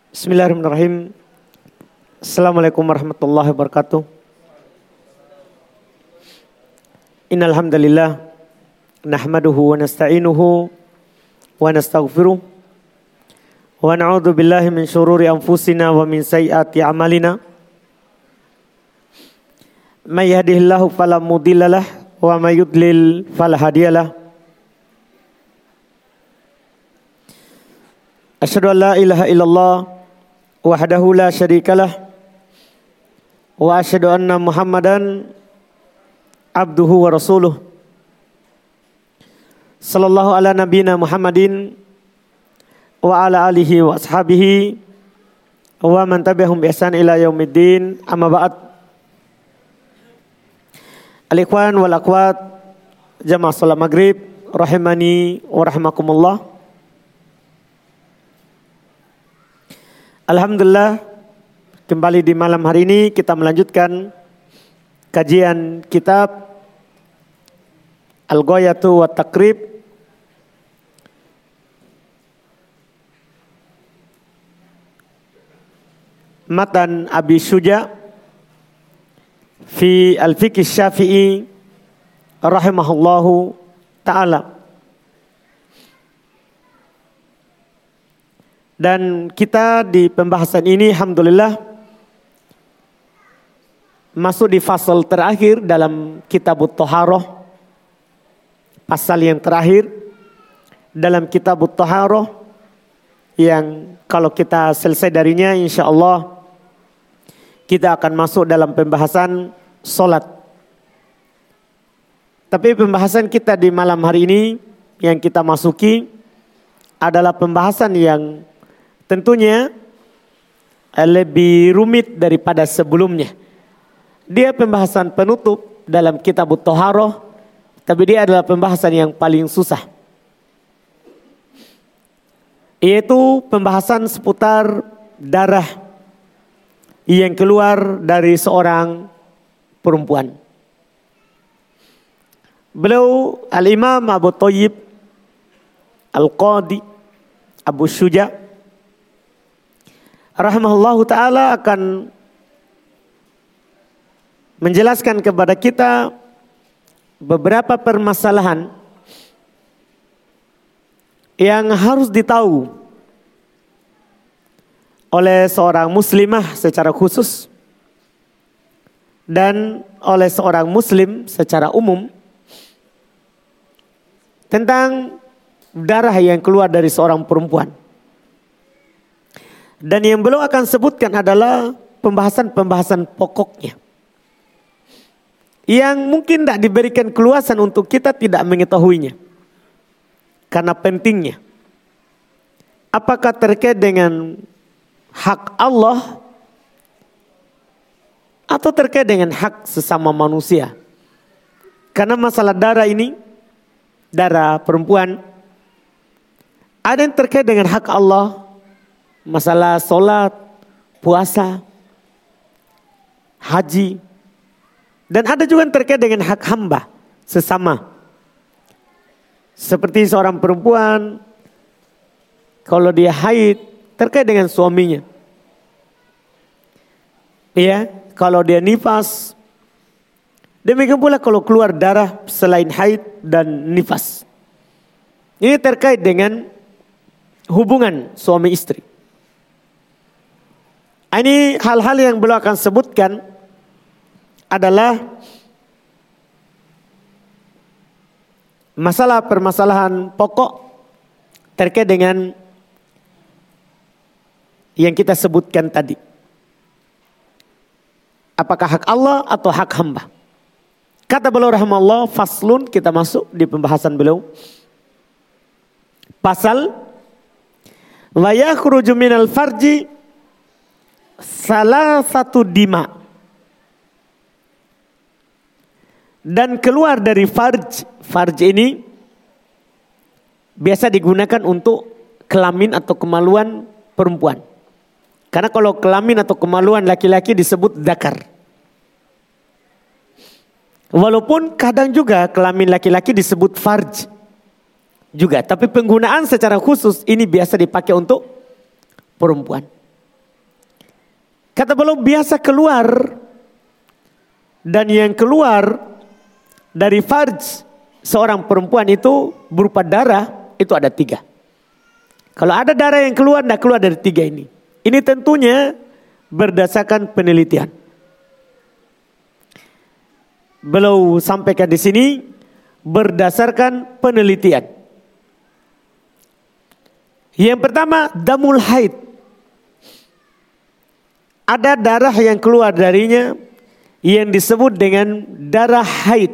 Bismillahirrahmanirrahim. Assalamualaikum warahmatullahi wabarakatuh. Innal hamdalillah nahmaduhu wa nasta'inuhu wa nastaghfiruh wa na'udzu billahi min syururi anfusina wa min sayyiati a'malina. May yahdihillahu fala mudhillalah wa may yudlil fala hadiyalah. Asyhadu an la ilaha illallah wahdahu la syarikalah wa asyhadu anna Muhammadan abduhu wa rasuluh sallallahu ala nabiyina Muhammadin wa ala alihi wa ashabihi wa man tabi'ahum bi ihsan ila yaumiddin. Amma ba'd. Al-ikhwan wal akhwat jamaah salat maghrib rahimani wa rahimakumullah. Alhamdulillah, kembali di malam hari ini kita melanjutkan kajian kitab Al-Ghayatu wa Taqrib Matan Abi Syuja fi Al-Fiqh Syafi'i rahimahullahu ta'ala. Dan kita di pembahasan ini alhamdulillah masuk di fasal terakhir dalam Kitabut Thaharah. Pasal yang terakhir dalam Kitabut Thaharah yang kalau kita selesai darinya insyaallah kita akan masuk dalam pembahasan solat. Tapi pembahasan kita di malam hari ini yang kita masuki adalah pembahasan yang tentunya lebih rumit daripada sebelumnya. Dia pembahasan penutup dalam Kitabut Thaharah, tapi dia adalah pembahasan yang paling susah. Yaitu pembahasan seputar darah yang keluar dari seorang perempuan. Beliau Al-Imam Abu Thayyib Al-Qadi Abu Syuja rahimahullahu ta'ala akan menjelaskan kepada kita beberapa permasalahan yang harus ditahu oleh seorang muslimah secara khusus dan oleh seorang muslim secara umum tentang darah yang keluar dari seorang perempuan. Dan yang beliau akan sebutkan adalah pembahasan-pembahasan pokoknya yang mungkin tidak diberikan keluasan untuk kita tidak mengetahuinya karena pentingnya. Apakah terkait dengan hak Allah atau terkait dengan hak sesama manusia? Karena masalah darah ini, darah perempuan, ada yang terkait dengan hak Allah, masalah solat, puasa, haji. Dan ada juga yang terkait dengan hak hamba sesama. Seperti seorang perempuan, kalau dia haid, terkait dengan suaminya. Ya, kalau dia nifas. Demikian pula kalau keluar darah selain haid dan nifas. Ini terkait dengan hubungan suami istri. Ini hal-hal yang beliau akan sebutkan adalah masalah permasalahan pokok terkait dengan yang kita sebutkan tadi. Apakah hak Allah atau hak hamba? Kata beliau rahimahullah, faslun, kita masuk di pembahasan beliau. Pasal wa yakhruju minal farji salah satu dima, dan keluar dari farj. Farj ini biasa digunakan untuk kelamin atau kemaluan perempuan. Karena kalau kelamin atau kemaluan laki-laki disebut dzakar. Walaupun kadang juga kelamin laki-laki disebut farj juga, tapi penggunaan secara khusus ini biasa dipakai untuk perempuan. Kata beliau biasa keluar, dan yang keluar dari farj seorang perempuan itu berupa darah, itu ada 3. Kalau ada darah yang keluar, tidak keluar dari 3 ini. Ini tentunya berdasarkan penelitian. Beliau sampaikan di sini berdasarkan penelitian. Yang pertama, damul haid. Ada darah yang keluar darinya yang disebut dengan darah haid.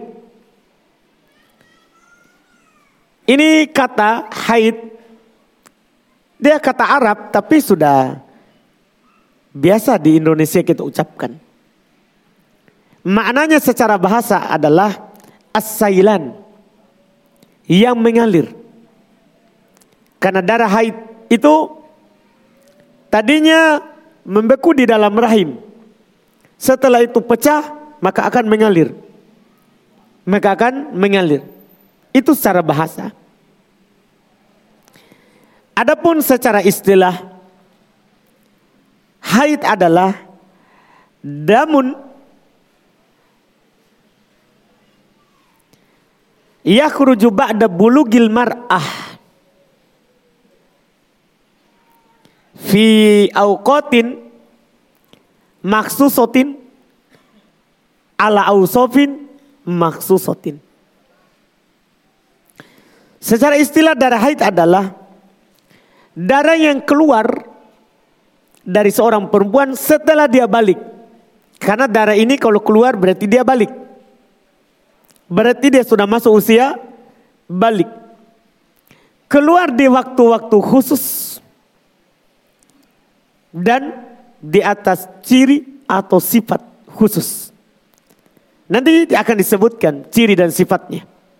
Ini kata haid, dia kata Arab tapi sudah biasa di Indonesia kita ucapkan. Maknanya secara bahasa adalah as-sailan, yang mengalir. Karena darah haid itu tadinya membeku di dalam rahim. Setelah itu pecah, maka akan mengalir. Itu secara bahasa. Adapun secara istilah, haid adalah damun yakhruju ba'da bulugil mar'ah fi awqatin maksusotin ala ausofin maksusotin. Secara istilah darah haid adalah darah yang keluar dari seorang perempuan setelah dia balik. Karena darah ini kalau keluar berarti dia balik. Berarti dia sudah masuk usia balik. Keluar di waktu-waktu khusus dan di atas ciri atau sifat khusus. Nanti akan disebutkan ciri dan sifatnya.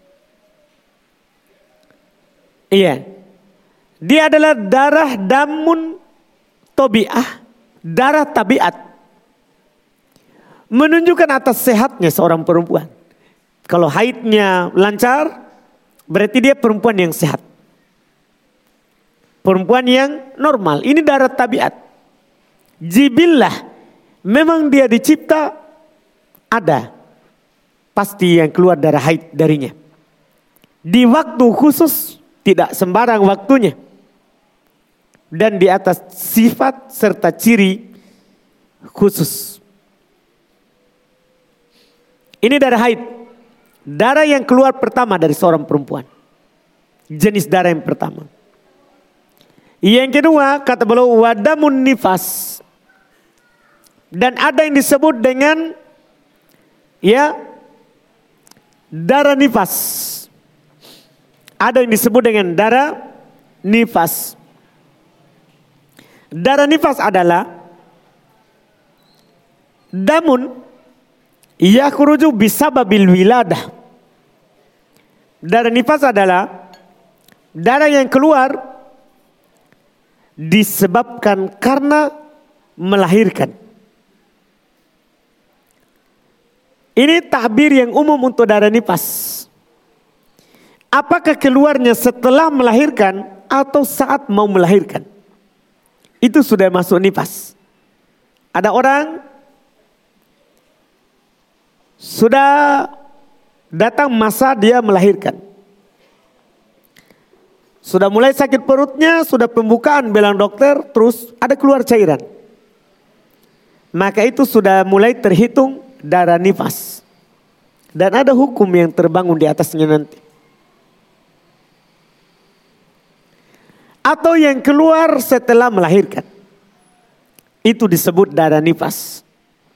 Iya. Dia adalah darah damun tobi'ah, darah tabiat. Menunjukkan atas sehatnya seorang perempuan. Kalau haidnya lancar, berarti dia perempuan yang sehat. Perempuan yang normal. Ini darah tabiat. Jibillah, memang dia dicipta ada. Pasti yang keluar darah haid darinya. Di waktu khusus, tidak sembarang waktunya. Dan di atas sifat serta ciri khusus. Ini darah haid. Darah yang keluar pertama dari seorang perempuan. Jenis darah yang pertama. Yang kedua, kata beliau, wadamun nifas. Dan ada yang disebut dengan darah nifas. Ada yang disebut dengan darah nifas. Darah nifas adalah damun yakhruju bisababil wiladah. Darah nifas adalah darah yang keluar disebabkan karena melahirkan. Ini takbir yang umum untuk darah nifas. Apakah keluarnya setelah melahirkan atau saat mau melahirkan? Itu sudah masuk nifas. Ada orang sudah datang masa dia melahirkan. Sudah mulai sakit perutnya, sudah pembukaan bilang dokter, terus ada keluar cairan. Maka itu sudah mulai terhitung darah nifas. Dan ada hukum yang terbangun di atasnya nanti. Atau yang keluar setelah melahirkan. Itu disebut darah nifas.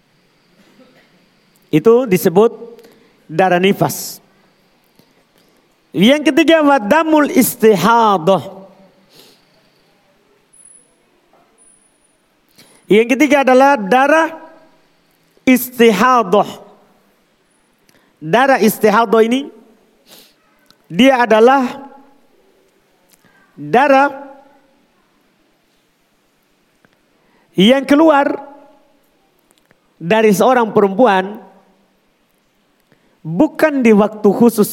Itu disebut darah nifas. Yang ketiga, wadamul istihadah. Yang ketiga adalah darah istihadah. Darah istihadah ini dia adalah darah yang keluar dari seorang perempuan bukan di waktu khusus,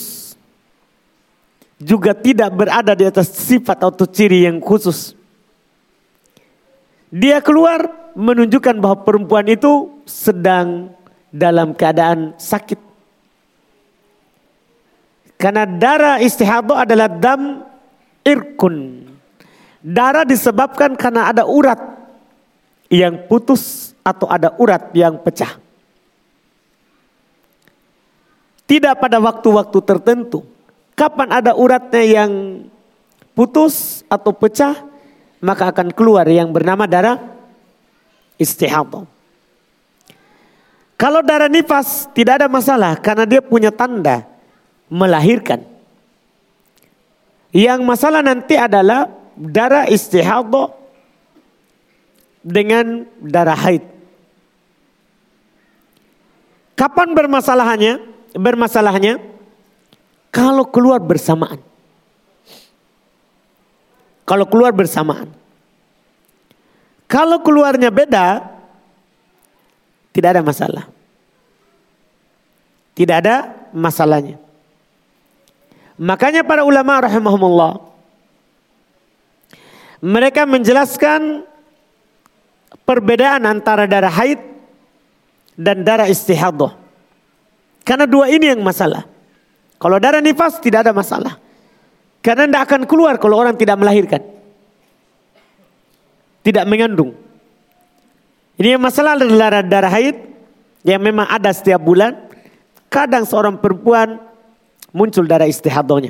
juga tidak berada di atas sifat atau ciri yang khusus. Dia keluar menunjukkan bahwa perempuan itu sedang dalam keadaan sakit. Karena darah istihadah adalah dam irkun. Darah disebabkan karena ada urat yang putus atau ada urat yang pecah. Tidak pada waktu-waktu tertentu. Kapan ada uratnya yang putus atau pecah, maka akan keluar yang bernama darah istihadah. Kalau darah nifas tidak ada masalah karena dia punya tanda melahirkan. Yang masalah nanti adalah darah istihadah dengan darah haid. Kapan bermasalahnya? Kalau keluar bersamaan. Kalau keluarnya beda, tidak ada masalah. Tidak ada masalahnya. Makanya para ulama rahimahumullah, mereka menjelaskan perbedaan antara darah haid dan darah istihadah. Karena dua ini yang masalah. Kalau darah nifas tidak ada masalah. Karena tidak akan keluar kalau orang tidak melahirkan. Tidak mengandung. Ini yang masalah adalah darah haid yang memang ada setiap bulan. Kadang seorang perempuan muncul darah istihadahnya.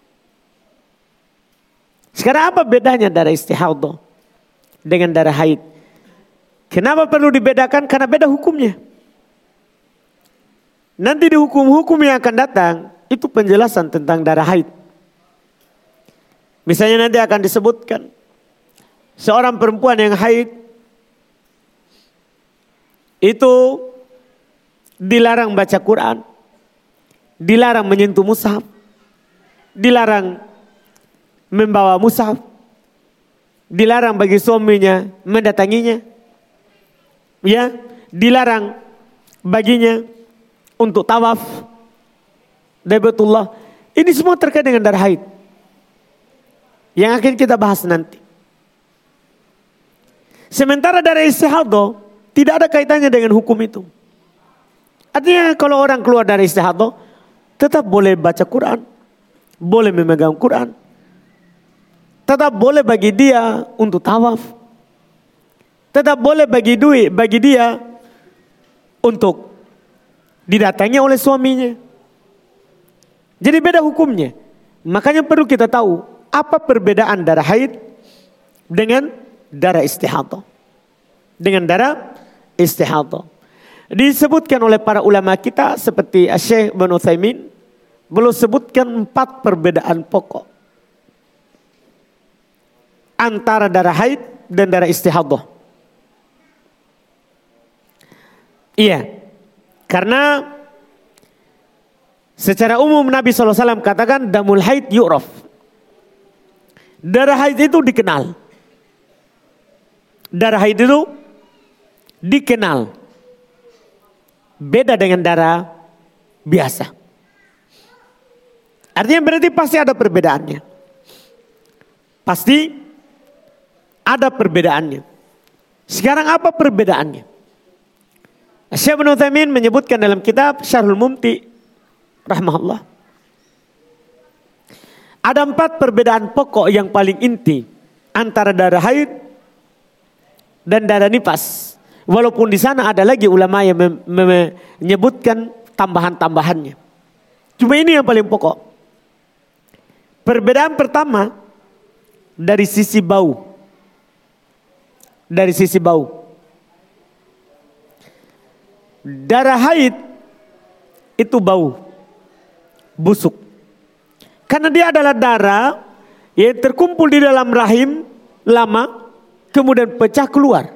Sekarang apa bedanya darah istihadah dengan darah haid? Kenapa perlu dibedakan? Karena beda hukumnya. Nanti di hukum-hukum yang akan datang itu penjelasan tentang darah haid. Misalnya nanti akan disebutkan seorang perempuan yang haid itu dilarang baca Quran, dilarang menyentuh mushaf, dilarang membawa mushaf, dilarang bagi suaminya mendatanginya, ya, dilarang baginya untuk tawaf dari Baitullah. Ini semua terkait dengan darah haid yang akan kita bahas nanti. Sementara darah istihadah tidak ada kaitannya dengan hukum itu. Artinya kalau orang keluar dari istihadah tetap boleh baca Quran, boleh memegang Quran, tetap boleh bagi dia untuk tawaf, tetap boleh bagi dia untuk didatangi oleh suaminya. Jadi beda hukumnya. Makanya perlu kita tahu apa perbedaan darah haid dengan darah istihadah. Dengan darah istihadah. Disebutkan oleh para ulama kita seperti Syekh Ibnu Utsaimin, beliau sebutkan 4 perbedaan pokok antara darah haid dan darah istihadah. Iya, karena secara umum Nabi SAW katakan damul haid yu'raf. Darah haid itu dikenal. Darah haid itu dikenal. Beda dengan darah biasa. Artinya berarti pasti ada perbedaannya. Pasti ada perbedaannya. Sekarang apa perbedaannya? Syekh Ibnu Utsaimin menyebutkan dalam kitab Syarhul Mumti rahimahullah, ada 4 perbedaan pokok yang paling inti antara darah haid dan darah nifas. Walaupun di sana ada lagi ulama yang menyebutkan tambahan-tambahannya. Cuma ini yang paling pokok. Perbedaan pertama dari sisi bau. Dari sisi bau. Darah haid itu bau, busuk. Karena dia adalah darah yang terkumpul di dalam rahim lama, kemudian pecah keluar.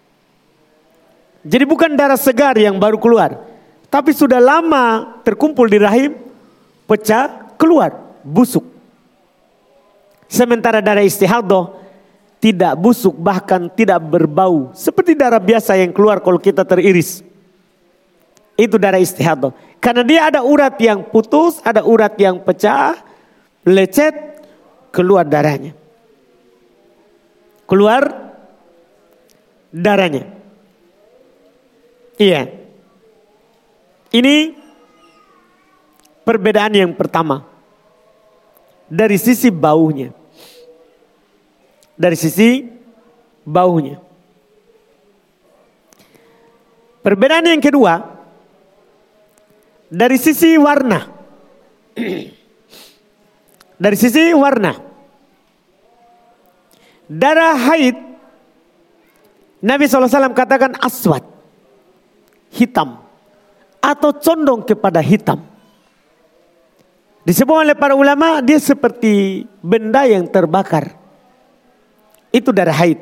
Jadi bukan darah segar yang baru keluar, tapi sudah lama terkumpul di rahim, pecah keluar, busuk. Sementara darah istihadah tidak busuk, bahkan tidak berbau, seperti darah biasa yang keluar kalau kita teriris. Itu darah istihadah. Karena dia ada urat yang putus, ada urat yang pecah, lecet, keluar darahnya. Keluar darahnya. Iya. Ini perbedaan yang pertama. Dari sisi baunya. Dari sisi baunya. Perbedaan yang kedua. Dari sisi warna. Dari sisi warna. Darah haid, Nabi SAW katakan aswad, hitam, atau condong kepada hitam. Disebut oleh para ulama dia seperti benda yang terbakar. Itu darah haid.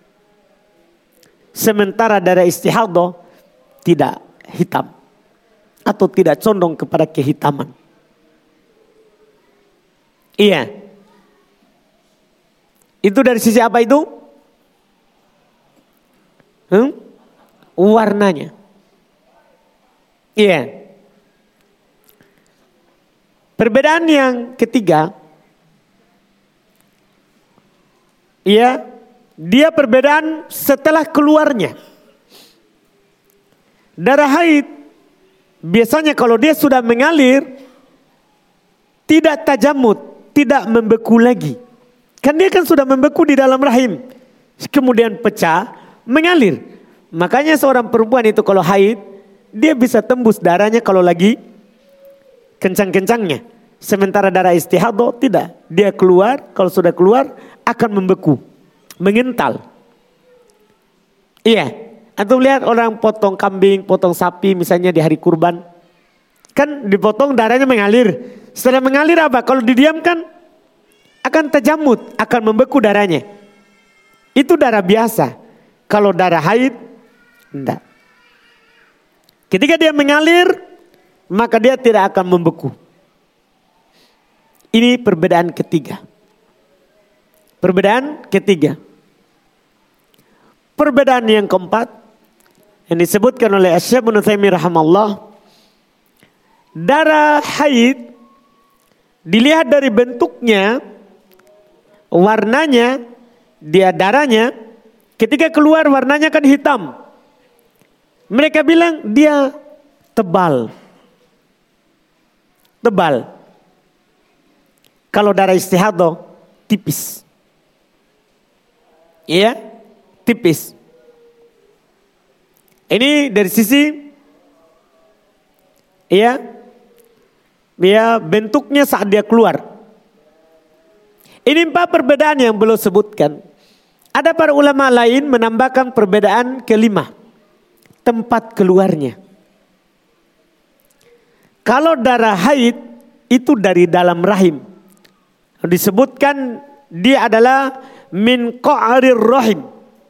Sementara darah istihadah tidak hitam atau tidak condong kepada kehitaman. Iya. Itu dari sisi apa itu? Warnanya. Iya. Perbedaan yang ketiga. Iya. Dia perbedaan setelah keluarnya. Darah haid. Biasanya kalau dia sudah mengalir. Tidak tajamud. Tidak membeku lagi. Kan dia kan sudah membeku di dalam rahim. Kemudian pecah, mengalir. Makanya seorang perempuan itu kalau haid, dia bisa tembus darahnya kalau lagi kencang-kencangnya. Sementara darah istihadah tidak. Dia keluar, kalau sudah keluar akan membeku. Mengental. Iya. Antum lihat orang potong kambing, potong sapi misalnya di hari kurban. Kan dipotong darahnya mengalir. Setelah mengalir apa? Kalau didiamkan akan tajamud, akan membeku darahnya. Itu darah biasa. Kalau darah haid, enggak. Ketika dia mengalir, maka dia tidak akan membeku. Ini perbedaan ketiga. Perbedaan ketiga. Perbedaan yang keempat, yang disebutkan oleh Syekh Ibnu Taimiyah rahimahullah. Darah haid, dilihat dari bentuknya, warnanya, dia darahnya, ketika keluar warnanya kan hitam. Mereka bilang dia tebal. Tebal. Kalau darah istihadah, tipis. Iya, tipis. Ini dari sisi, iya, dia bentuknya saat dia keluar. Ini 4 perbedaan yang belum sebutkan. Ada para ulama lain menambahkan perbedaan kelima. Tempat keluarnya. Kalau darah haid itu dari dalam rahim. Disebutkan dia adalah min qa'rir rahim.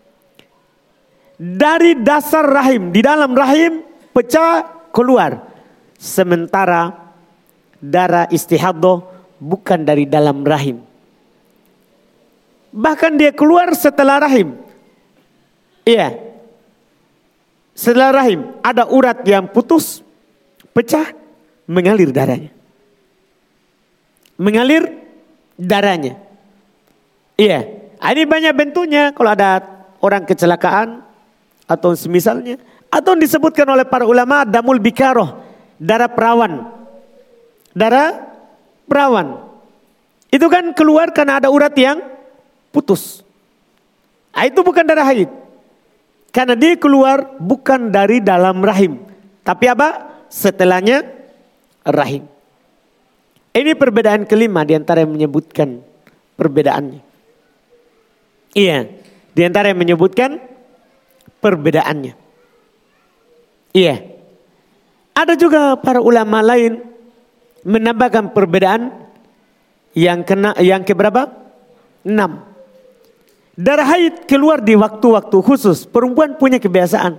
Dari dasar rahim. Di dalam rahim pecah keluar. Sementara darah istihadah bukan dari dalam rahim. Bahkan dia keluar setelah rahim. Iya. Setelah rahim ada urat yang putus, pecah, mengalir darahnya. Mengalir darahnya. Iya. Ini banyak bentuknya kalau ada orang kecelakaan atau semisalnya. Atau disebutkan oleh para ulama damul bikaroh, darah perawan. Darah perawan. Itu kan keluar karena ada urat yang putus. Itu bukan darah haid. Karena dia keluar bukan dari dalam rahim. Tapi apa? Setelahnya rahim. Ini perbedaan kelima di antara yang menyebutkan perbedaannya. Iya. Di antara yang menyebutkan perbedaannya. Iya. Ada juga para ulama lain menambahkan perbedaan yang keberapa? 6. Darah haid keluar di waktu-waktu khusus. Perempuan punya kebiasaan.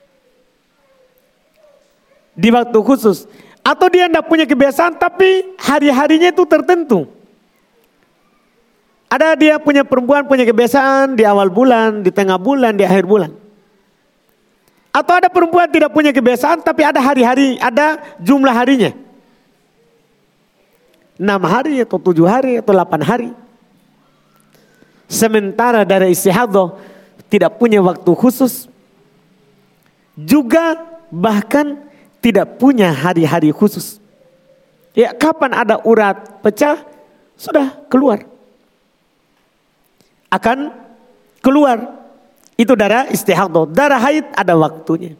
Di waktu khusus. Atau dia tidak punya kebiasaan tapi hari-harinya itu tertentu. Ada dia punya perempuan punya kebiasaan di awal bulan, di tengah bulan, di akhir bulan. Atau ada perempuan tidak punya kebiasaan tapi ada hari-hari, ada jumlah harinya. 6 hari atau 7 hari atau 8 hari. Sementara darah istihadah tidak punya waktu khusus. juga bahkan tidak punya hari-hari khusus. Ya, kapan ada urat pecah, sudah keluar. Akan keluar. Itu darah istihadah. Darah haid ada waktunya.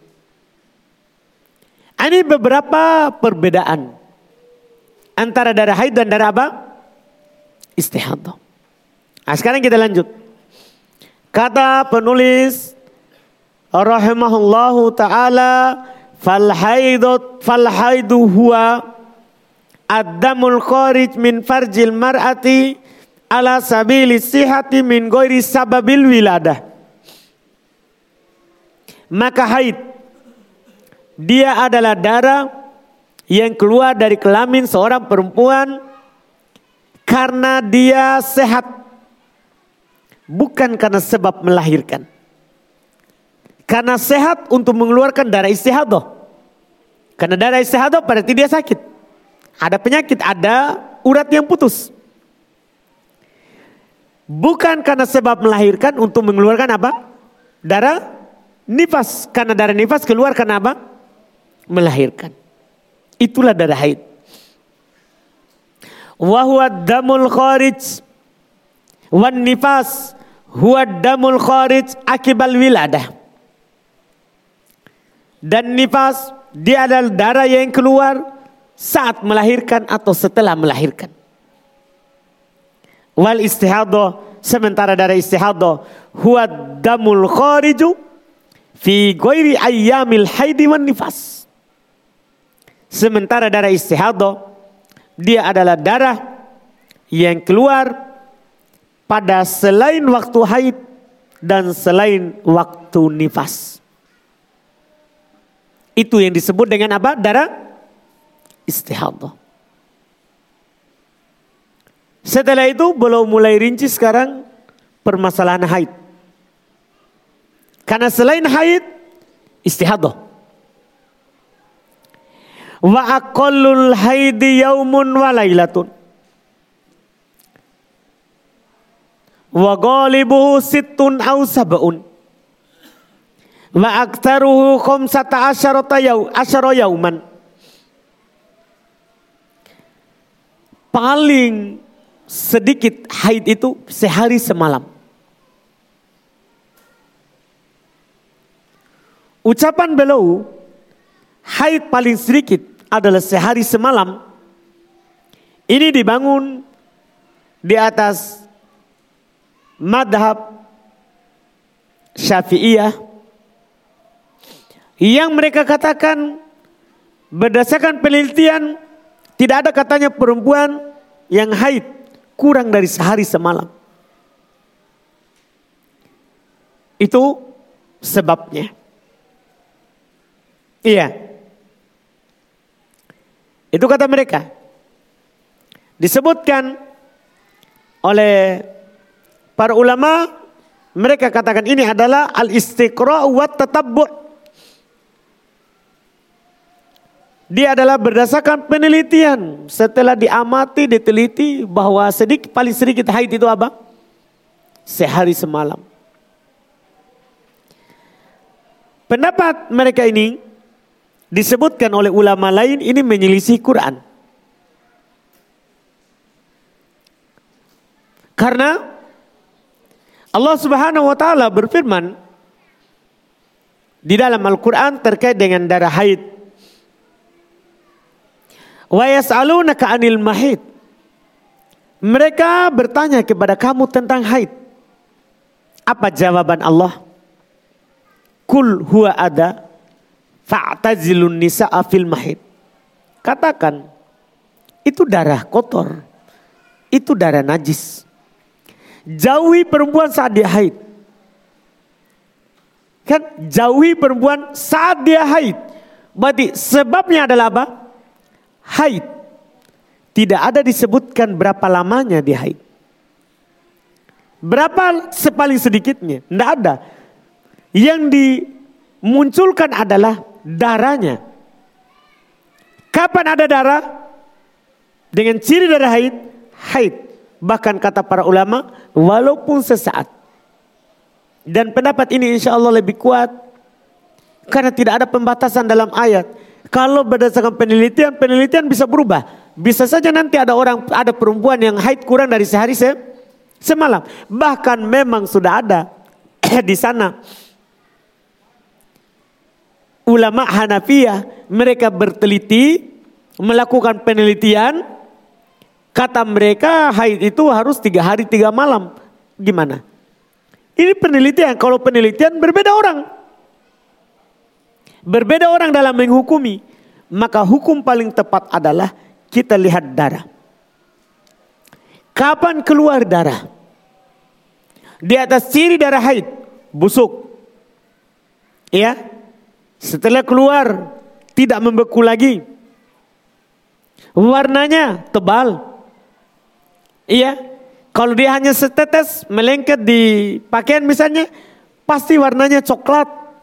Ini beberapa perbedaan antara darah haid dan darah apa? Istihadah. Nah, sekarang kita lanjut. Kata penulis rahimahullahu ta'ala, fal haidu huwa ad-damul kharij min farjil mar'ati ala sabili sihati min ghairi sababil wiladah. Maka haid dia adalah darah yang keluar dari kelamin seorang perempuan karena dia sehat, bukan karena sebab melahirkan. Karena sehat untuk mengeluarkan darah istihadah. Karena darah istihadah berarti dia sakit. Ada penyakit, ada urat yang putus. Bukan karena sebab melahirkan untuk mengeluarkan apa? Darah nifas. Karena darah nifas keluar karena apa? Melahirkan. Itulah darah haid. Wa huwa damul kharij wan nifas huwa damul kharij akibal wiladah. Dan nifas dia adalah darah yang keluar saat melahirkan atau setelah melahirkan. Wal istihadah, sementara darah istihadah huwa damul khariju fi ghairi ayyamil haidi wan nifas. Sementara darah istihadah dia adalah darah yang keluar pada selain waktu haid dan selain waktu nifas. Itu yang disebut dengan apa? Darah istihadah. Setelah itu belum mulai rinci sekarang permasalahan haid. Karena selain haid, istihadah. Wa aqallul haidi yaumun wa lailatun. Wa ghalibuhu sittun aw sab'un. Wa aktsaruhu khamsata asyara yauman. Paling sedikit haid itu sehari semalam. Ucapan beliau, haid paling sedikit adalah sehari semalam. Ini dibangun di atas madhab Syafi'iyah yang mereka katakan berdasarkan penelitian tidak ada katanya perempuan yang haid kurang dari sehari semalam. Itu sebabnya. Iya. Itu kata mereka. Disebutkan oleh para ulama, mereka katakan ini adalah al-istiqra' wa tatabbu'. Dia adalah berdasarkan penelitian. Setelah diamati, diteliti bahwa paling sedikit haid itu apa? Sehari semalam. Pendapat mereka ini disebutkan oleh ulama lain ini menyelisih Quran. Karena Allah Subhanahu wa taala berfirman di dalam Al-Quran terkait dengan darah haid. Wa yas'alunaka 'anil mahid. Mereka bertanya kepada kamu tentang haid. Apa jawaban Allah? Kul huwa ada fa'tazilun nisa'a fil mahid. Katakan, itu darah kotor. Itu darah najis. Jauhi perempuan saat dia haid. Kan jauhi perempuan saat dia haid. Berarti sebabnya adalah apa? Haid. Tidak ada disebutkan berapa lamanya dia haid. Berapa sepaling sedikitnya? Tidak ada. Yang dimunculkan adalah darahnya. Kapan ada darah? Dengan ciri darah haid. Haid. Bahkan kata para ulama, walaupun sesaat. Dan pendapat ini insya Allah lebih kuat. Karena tidak ada pembatasan dalam ayat. Kalau berdasarkan penelitian bisa berubah. Bisa saja nanti ada perempuan yang haid kurang dari sehari semalam. Bahkan memang sudah ada di sana ulama Hanafiyah, mereka berteliti, melakukan penelitian. Kata mereka haid itu harus 3 hari 3 malam. Gimana? Ini penelitian. Kalau penelitian berbeda orang. Berbeda orang dalam menghukumi. Maka hukum paling tepat adalah kita lihat darah. Kapan keluar darah? Di atas ciri darah haid, busuk. Ya. Setelah keluar tidak membeku lagi. Warnanya tebal. Iya. Kalau dia hanya setetes melengket di pakaian misalnya, pasti warnanya coklat.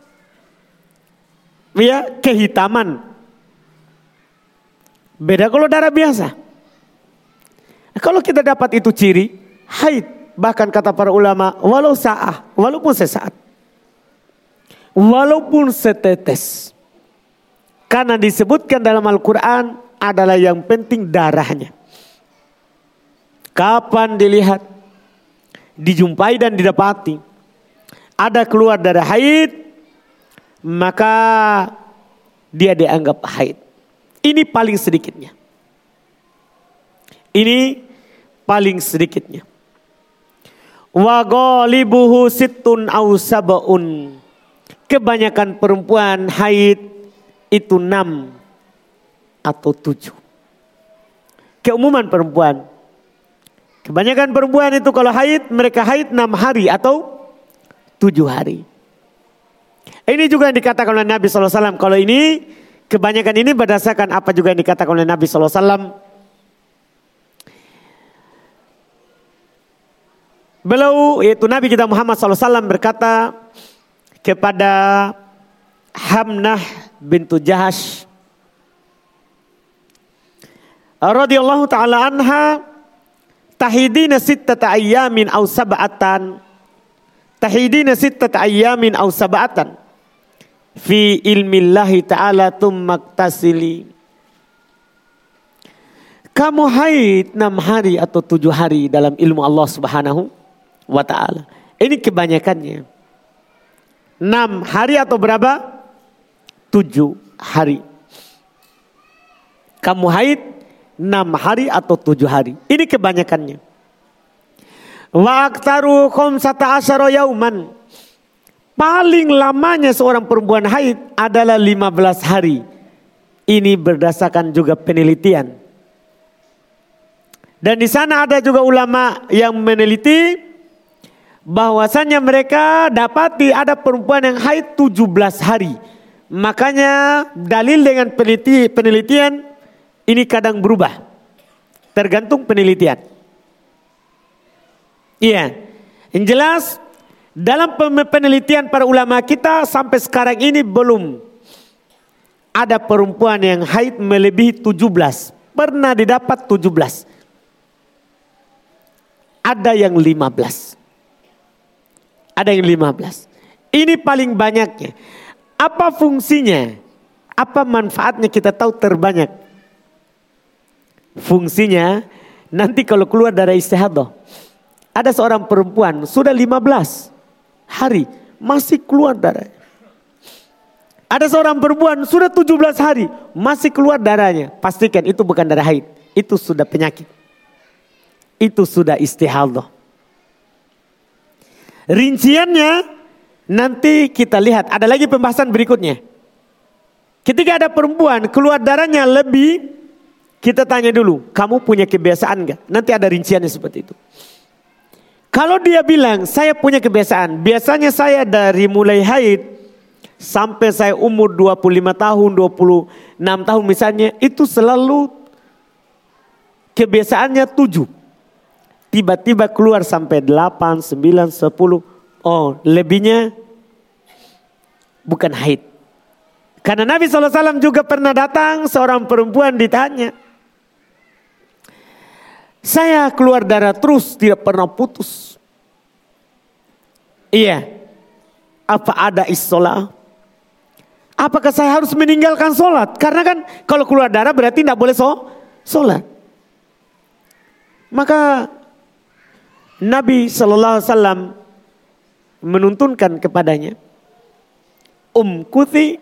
Iya, kehitaman. Beda kalau darah biasa. Kalau kita dapat itu ciri haid, bahkan kata para ulama, walaupun sesaat. Walaupun setetes. Karena disebutkan dalam Al-Quran adalah yang penting darahnya. Kapan dilihat, dijumpai dan didapati ada keluar darah haid, maka dia dianggap haid. Ini paling sedikitnya. Ini paling sedikitnya. Wa ghalibuhu sittun aw sab'un. Kebanyakan perempuan haid itu 6 atau 7. Keumuman perempuan. Kebanyakan perempuan itu kalau haid, mereka haid 6 hari atau 7 hari. Ini juga yang dikatakan oleh Nabi SAW. Kalau ini, kebanyakan ini berdasarkan apa juga yang dikatakan oleh Nabi SAW. Beliau, yaitu Nabi kita Muhammad SAW berkata kepada Hamnah bintu Jahash radhiyallahu ta'ala anha, tahidina sittata ayyamin aw sab'atan, tahidina sittata ayyamin aw sab'atan fi ilmillahi ta'ala tummaktasili. Kamu haid 6 hari atau 7 hari dalam ilmu Allah Subhanahu wa ta'ala. Ini kebanyakannya. 6 hari atau berapa? 7 hari. Kamu haid 6 hari atau 7 hari. Ini kebanyakannya. Wa aktaru khamsata asyara yauman. Paling lamanya seorang perempuan haid adalah 15 hari. Ini berdasarkan juga penelitian. Dan di sana ada juga ulama yang meneliti bahwasannya mereka dapati ada perempuan yang haid 17 hari. Makanya dalil dengan penelitian ini kadang berubah. Tergantung penelitian. Iya. Yang jelas dalam penelitian para ulama kita sampai sekarang ini belum ada perempuan yang haid melebihi 17. Pernah didapat 17. Ada yang 15. Ada yang 15. Ini paling banyaknya. Apa fungsinya? Apa manfaatnya kita tahu terbanyak. Fungsinya nanti kalau keluar darah istihadah. Ada seorang perempuan sudah 15 hari masih keluar darah. Ada seorang perempuan sudah 17 hari masih keluar darahnya. Pastikan itu bukan darah haid. Itu sudah penyakit. Itu sudah istihadah. Rinciannya nanti kita lihat. Ada lagi pembahasan berikutnya. Ketika ada perempuan keluar darahnya lebih, kita tanya dulu, kamu punya kebiasaan enggak? Nanti ada rinciannya seperti itu. Kalau dia bilang, saya punya kebiasaan. Biasanya saya dari mulai haid sampai saya umur 25 tahun, 26 tahun misalnya, itu selalu kebiasaannya 7. Tiba-tiba keluar sampai 8, 9, 10. Oh, lebihnya bukan haid. Karena Nabi SAW juga pernah datang seorang perempuan ditanya. Saya keluar darah terus tidak pernah putus. Iya. Apa ada isolah? Apakah saya harus meninggalkan sholat? Karena kan kalau keluar darah berarti tidak boleh sholat. Maka Nabi SAW menuntunkan kepadanya, umkuthi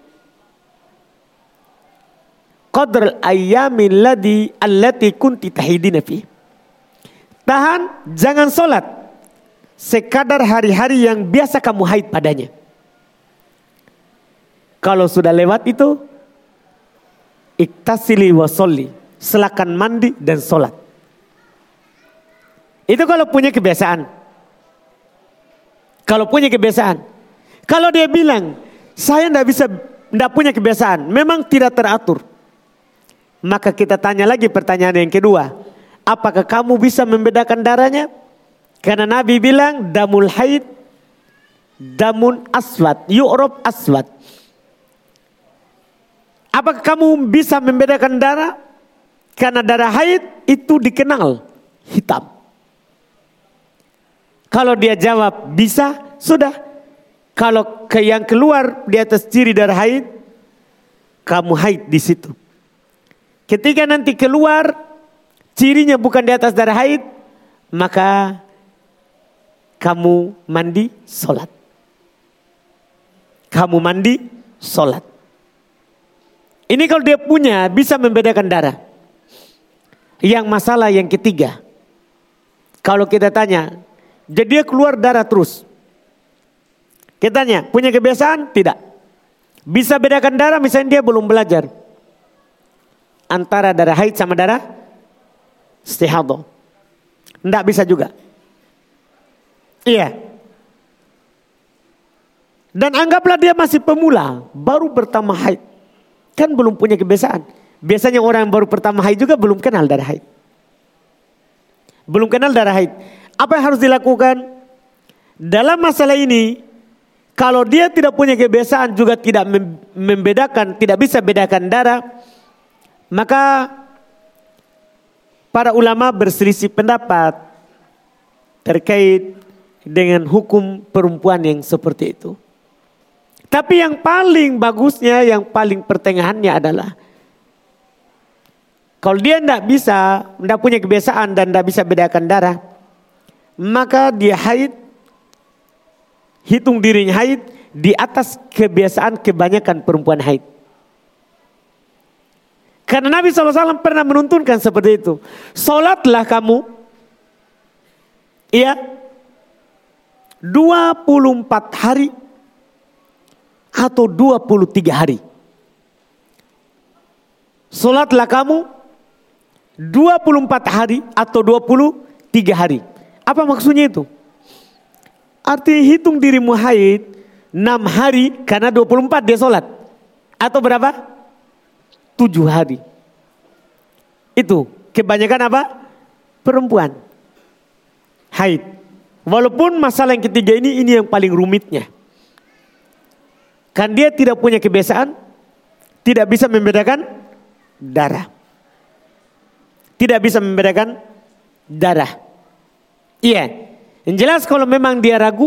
qadr ayyami allati kunti tahidina fi. Tahan, jangan sholat sekadar hari-hari yang biasa kamu haid padanya. Kalau sudah lewat itu, iktasili wa sholli, silakan mandi dan sholat. Itu kalau punya kebiasaan. Kalau punya kebiasaan. Kalau dia bilang, saya tidak punya kebiasaan, memang tidak teratur. Maka kita tanya lagi pertanyaan yang kedua. Apakah kamu bisa membedakan darahnya? Karena Nabi bilang, damul haid, damun aswad, yu'rab aswad. Apakah kamu bisa membedakan darah? Karena darah haid itu dikenal hitam. Kalau dia jawab bisa, sudah. Kalau yang keluar di atas ciri darah haid, kamu haid di situ. Ketika nanti keluar cirinya bukan di atas darah haid, maka kamu mandi sholat. Kamu mandi sholat. Ini kalau dia punya bisa membedakan darah. Yang masalah yang ketiga, kalau kita tanya, jadi dia keluar darah terus. Kita tanya, punya kebiasaan? Tidak. Bisa bedakan darah misalnya dia belum belajar. Antara darah haid sama darah istihadah. Tidak bisa juga. Iya. Dan anggaplah dia masih pemula, baru pertama haid. Kan belum punya kebiasaan. Biasanya orang yang baru pertama haid juga belum kenal darah haid. Belum kenal darah haid. Apa yang harus dilakukan? Dalam masalah ini, kalau dia tidak punya kebiasaan juga tidak membedakan, tidak bisa bedakan darah, maka para ulama berselisih pendapat terkait dengan hukum perempuan yang seperti itu. Tapi yang paling bagusnya, yang paling pertengahannya adalah kalau dia tidak punya kebiasaan dan tidak bisa bedakan darah, maka dia haid, hitung dirinya haid di atas kebiasaan kebanyakan perempuan haid. Karena Nabi SAW pernah menuntunkan seperti itu. Sholatlah kamu, iya, 24 hari atau 23 hari. Sholatlah kamu 24 hari atau 23 hari. Apa maksudnya itu? Artinya hitung dirimu haid 6 hari karena 24 dia sholat. Atau berapa? 7 hari. Itu kebanyakan apa? Perempuan haid. Walaupun masalah yang ketiga ini yang paling rumitnya. Kan dia tidak punya kebiasaan, tidak bisa membedakan darah. Tidak bisa membedakan darah. Iya. Yang jelas kalau memang dia ragu,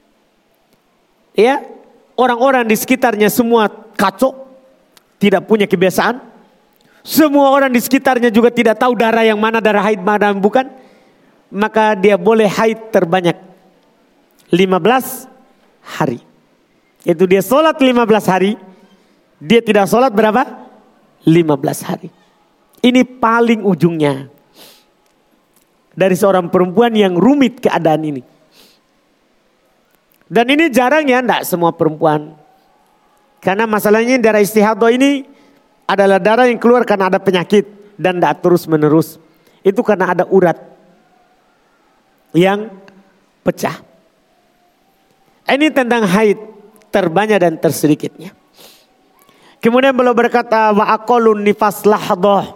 ya, orang-orang di sekitarnya semua kacau, tidak punya kebiasaan. Semua orang di sekitarnya juga tidak tahu darah yang mana darah haid, mana yang bukan. Maka dia boleh haid terbanyak 15 hari. Itu dia sholat 15 hari. Dia tidak sholat berapa? 15 hari. Ini paling ujungnya. Dari seorang perempuan yang rumit keadaan ini. Dan ini jarang ya, tidak semua perempuan. Karena masalahnya darah istihadah ini adalah darah yang keluar karena ada penyakit. Dan tidak terus menerus. Itu karena ada urat yang pecah. Ini tentang haid terbanyak dan tersedikitnya. Kemudian beliau berkata wa aqallun nifas lahdah.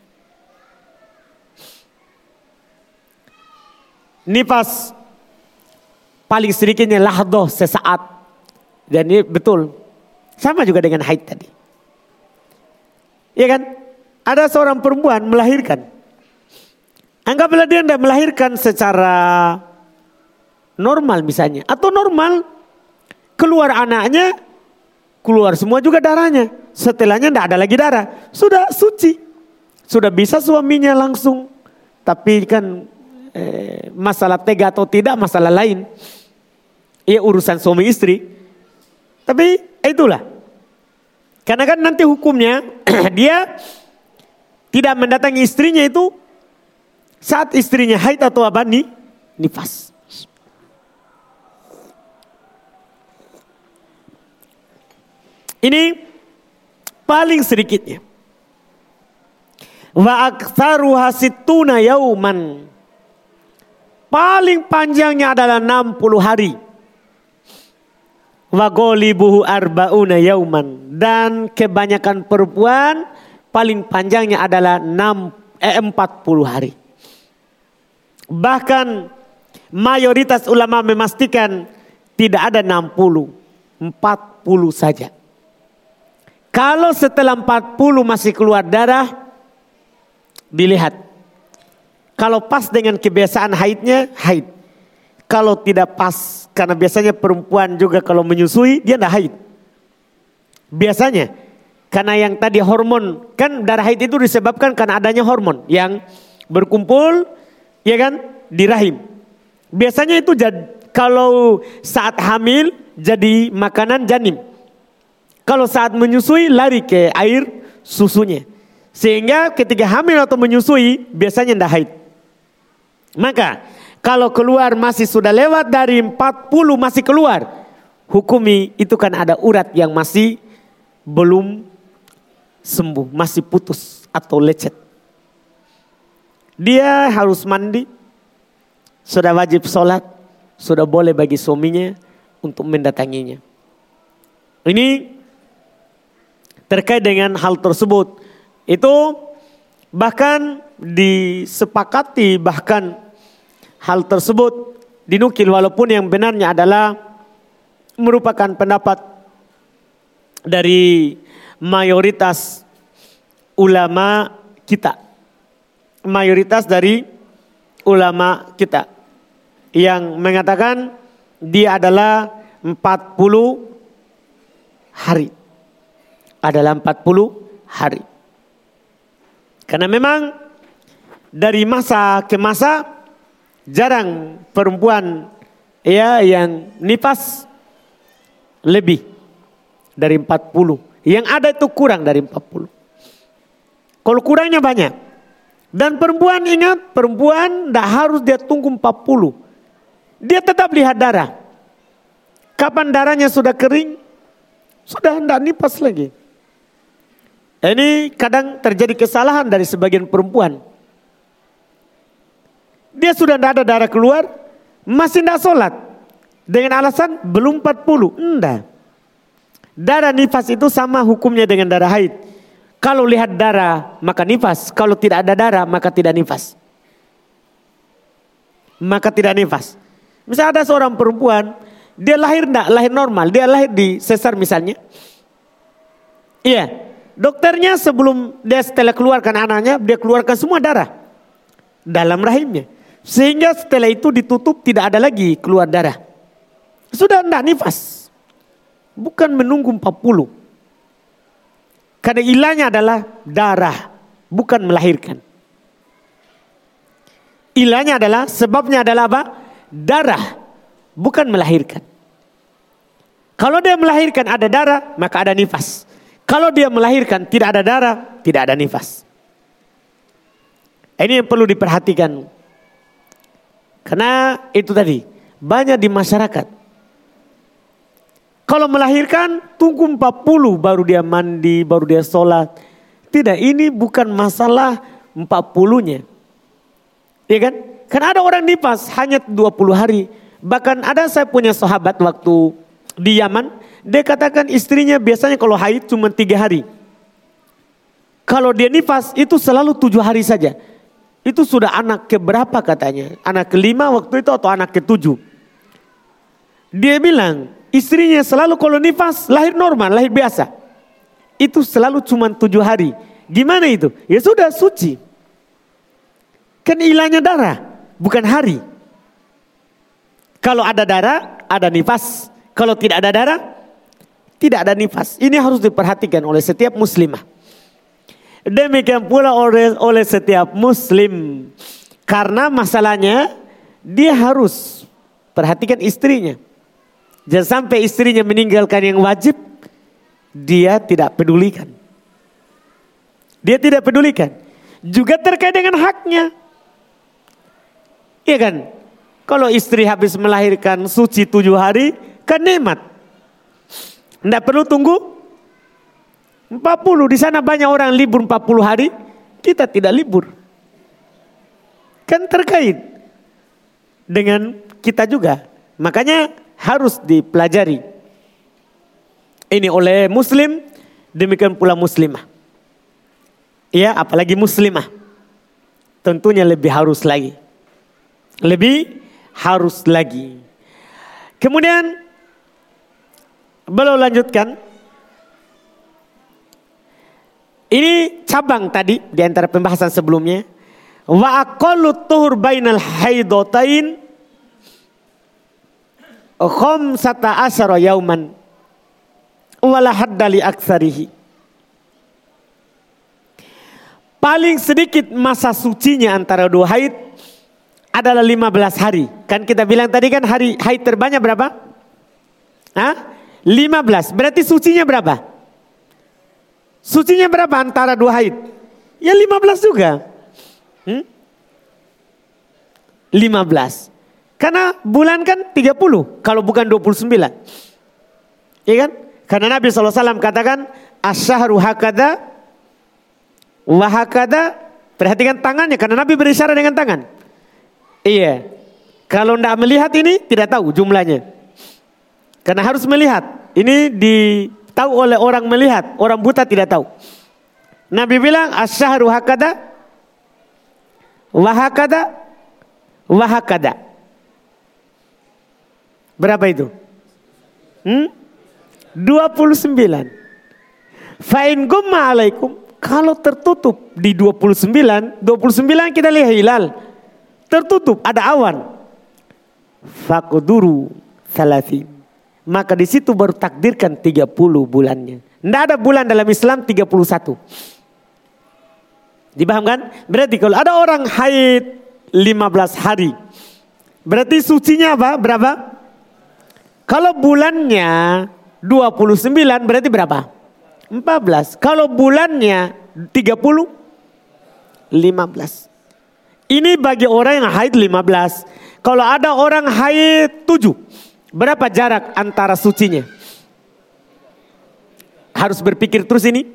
Nifas paling sedikitnya lahdah, sesaat. Dan ini betul. Sama juga dengan haid tadi. Iya kan? Ada seorang perempuan melahirkan. Anggaplah dia tidak melahirkan secara normal misalnya. Atau normal, keluar anaknya keluar semua juga darahnya. Setelahnya tidak ada lagi darah. Sudah suci. Sudah bisa suaminya langsung. Tapi kan masalah tega atau tidak masalah lain. Ya urusan suami istri. Tapi itulah. Karena kan nanti hukumnya dia tidak mendatangi istrinya itu saat istrinya haid atau apa nih? Nifas. Ini paling sedikitnya. Wa aktsaruha sittuna yauman. Paling panjangnya adalah 60 hari. Wa ghalibuhu arba'una yauman. Dan kebanyakan perempuan paling panjangnya adalah 40 hari. Bahkan mayoritas ulama memastikan tidak ada 60, 40 saja. Kalau setelah 40 masih keluar darah, dilihat. Kalau pas dengan kebiasaan haidnya, haid. Kalau tidak pas, karena biasanya perempuan juga kalau menyusui, dia tidak haid. Biasanya, karena yang tadi hormon, kan darah haid itu disebabkan karena adanya hormon yang berkumpul, ya kan, di rahim. Biasanya itu kalau saat hamil jadi makanan janin. Kalau saat menyusui lari ke air susunya. Sehingga ketika hamil atau menyusui biasanya tidak haid. Maka kalau keluar masih sudah lewat dari 40 masih keluar. Hukumi itu kan ada urat yang masih belum sembuh. Masih putus atau lecet. Dia harus mandi. Sudah wajib sholat. Sudah boleh bagi suaminya untuk mendatanginya. Ini terkait dengan hal tersebut. Itu bahkan disepakati, bahkan hal tersebut dinukil walaupun yang benarnya adalah merupakan pendapat dari mayoritas ulama kita. Mayoritas dari ulama kita yang mengatakan dia adalah 40 hari. Adalah 40 hari. Karena memang dari masa ke masa jarang perempuan ya yang nifas lebih dari 40. Yang ada itu kurang dari 40. Kalau kurangnya banyak. Dan perempuan ingat, perempuan tidak harus dia tunggu 40. Dia tetap lihat darah. Kapan darahnya sudah kering, sudah tidak nifas lagi. Ini kadang terjadi kesalahan dari sebagian perempuan. Dia sudah tidak ada darah keluar, masih tidak sholat. Dengan alasan belum 40. Enggak. Darah nifas itu sama hukumnya dengan darah haid. Kalau lihat darah maka nifas. Kalau tidak ada darah maka tidak nifas. Maka tidak nifas. Misalnya ada seorang perempuan, dia lahir enggak, lahir normal. Dia lahir di sesar misalnya. Iya. Dokternya sebelum dia setelah keluarkan anaknya, dia keluarkan semua darah dalam rahimnya. Sehingga setelah itu ditutup tidak ada lagi keluar darah. Sudah enggak nifas. Bukan menunggu 40. Karena ilahnya adalah darah, bukan melahirkan. Ilahnya adalah, sebabnya adalah apa? Darah, bukan melahirkan. Kalau dia melahirkan ada darah, maka ada nifas. Kalau dia melahirkan tidak ada darah, tidak ada nifas. Ini yang perlu diperhatikan. Karena itu tadi, banyak di masyarakat. Kalau melahirkan tunggu 40 baru dia mandi, baru dia sholat. Tidak, ini bukan masalah 40-nya. Iya kan? Karena ada orang nifas hanya 20 hari. Bahkan ada saya punya sahabat waktu di Yaman. Dia katakan istrinya biasanya kalau haid cuma 3 hari. Kalau dia nifas itu selalu 7 hari saja. Itu sudah anak keberapa katanya. Anak ke-5 waktu itu atau anak ke-7. Dia bilang istrinya selalu kalau nifas lahir normal, lahir biasa. Itu selalu cuma 7 hari. Gimana itu? Ya sudah suci. Kan ilahnya darah, bukan hari. Kalau ada darah, ada nifas. Kalau tidak ada darah, Tidak ada nifas. Ini harus diperhatikan oleh setiap muslimah. Demikian pula oleh setiap muslim. Karena masalahnya dia harus perhatikan istrinya. Jangan sampai istrinya meninggalkan yang wajib, dia tidak pedulikan. Dia tidak pedulikan. Juga terkait dengan haknya. Iya kan? Kalau istri habis melahirkan suci 7 hari, kan nikmat. Tidak perlu tunggu 40. Di sana banyak orang libur 40 hari, kita tidak libur. Kan terkait dengan kita juga. Makanya harus dipelajari. Ini oleh muslim, demikian pula muslimah. Ya, apalagi muslimah. Tentunya lebih harus lagi. Lebih harus lagi. Kemudian beliau lanjutkan. Ini cabang tadi di antara pembahasan sebelumnya. Wa aqallu tuhur bainal haidatain khamsata asyara yauman wala hadda li aktsarihi. Paling sedikit masa sucinya antara 2 haid adalah 15 hari. Kan kita bilang tadi kan hari haid terbanyak berapa? 15. Berarti sucinya berapa? Sucinya berapa antara 2 haid? Ya 15 juga. 15. Karena bulan kan 30. Kalau bukan 29. Iya kan? Karena Nabi SAW katakan. Asyahru hakada. Wahakada. Perhatikan tangannya. Karena Nabi berisyarat dengan tangan. Iya. Kalau tidak melihat ini tidak tahu jumlahnya. Karena harus melihat. Ini ditahu oleh orang melihat. Orang buta tidak tahu. Nabi bilang asyahru hakada. Wahakada. Wahakada. Berapa itu? 29. Fa'in gumma alaikum. Kalau tertutup di 29 kita lihat hilal. Tertutup, ada awan. Faqduru 30. Maka di situ baru takdirkan 30 bulannya. Tidak ada bulan dalam Islam 31. Dipahamkan? Berarti kalau ada orang haid 15 hari. Berarti sucinya apa? Berapa? Kalau bulannya 29 berarti berapa? 14. Kalau bulannya 30, 15. Ini bagi orang yang haid 15. Kalau ada orang haid 7, berapa jarak antara sucinya? Harus berpikir terus ini.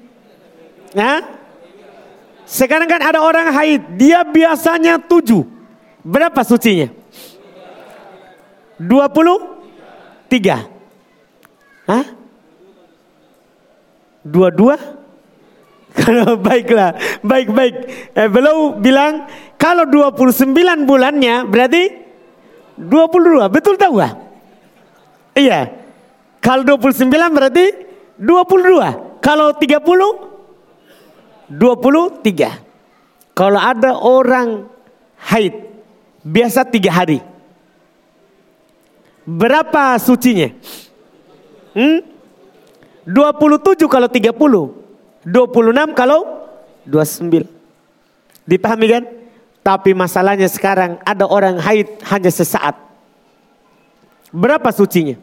Sekarang kan ada orang haid, dia biasanya 7. Berapa sucinya? 23. 22? Baiklah, baik. Beliau bilang kalau 29 bulannya berarti 22. Betul tahu gak? Iya. Kalau 29 berarti 22. Kalau 30? 23. Kalau ada orang haid biasa 3 hari. Berapa sucinya? 27 kalau 30. 26 kalau 29. Dipahami kan? Tapi masalahnya sekarang ada orang haid hanya sesaat. Berapa sucinya?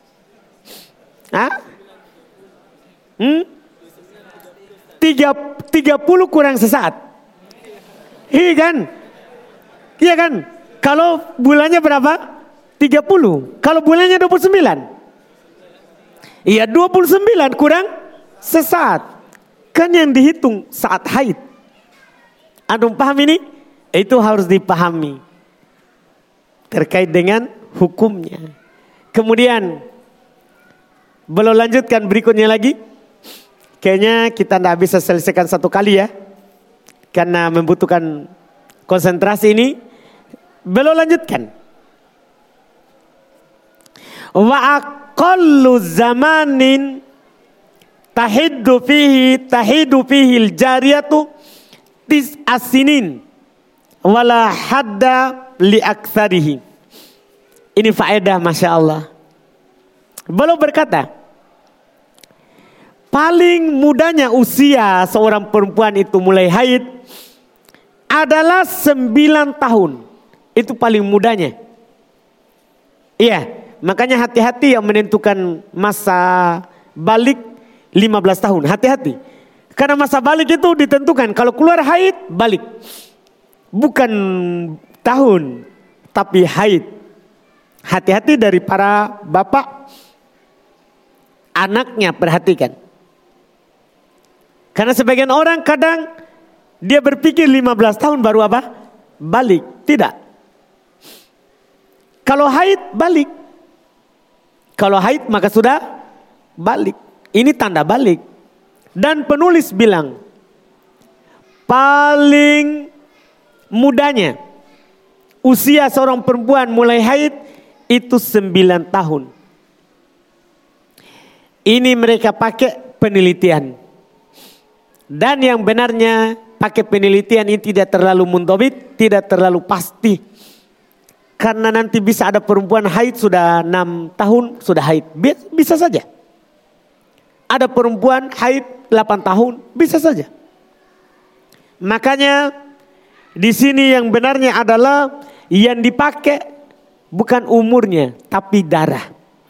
30 kurang sesaat. Iya kan? Iya kan? Kalau bulannya berapa? 30. Kalau bulannya 29. Iya 29 kurang sesaat. Kan yang dihitung saat haid. Antum paham ini? Itu harus dipahami. Terkait dengan hukumnya. Kemudian belum lanjutkan berikutnya lagi. Kayaknya kita tidak bisa selesaikan satu kali ya. Karena membutuhkan konsentrasi ini. Belum lanjutkan. Wa aqallu zamanin tahidu fihi al-jariyatu tis'asinin wala hadda li aktsarihi. Ini faedah Masya Allah. Beliau berkata, paling mudanya usia seorang perempuan itu mulai haid adalah 9 tahun. Itu paling mudanya. Iya, makanya hati-hati yang menentukan masa balik 15 tahun. Hati-hati. Karena masa balik itu ditentukan. Kalau keluar haid, balik. Bukan tahun, tapi haid. Hati-hati dari para bapak. Anaknya perhatikan. Karena sebagian orang kadang dia berpikir 15 tahun baru apa? Balik. Tidak. Kalau haid, balik. Kalau haid maka sudah balik. Ini tanda balik. Dan penulis bilang, paling mudanya usia seorang perempuan mulai haid itu 9 tahun. Ini mereka pakai penelitian. Dan yang benarnya pakai penelitian ini tidak terlalu mundobit, tidak terlalu pasti. Karena nanti bisa ada perempuan haid sudah 6 tahun sudah haid. Bisa saja. Ada perempuan haid 8 tahun, bisa saja. Makanya di sini yang benarnya adalah yang dipakai bukan umurnya, tapi darah.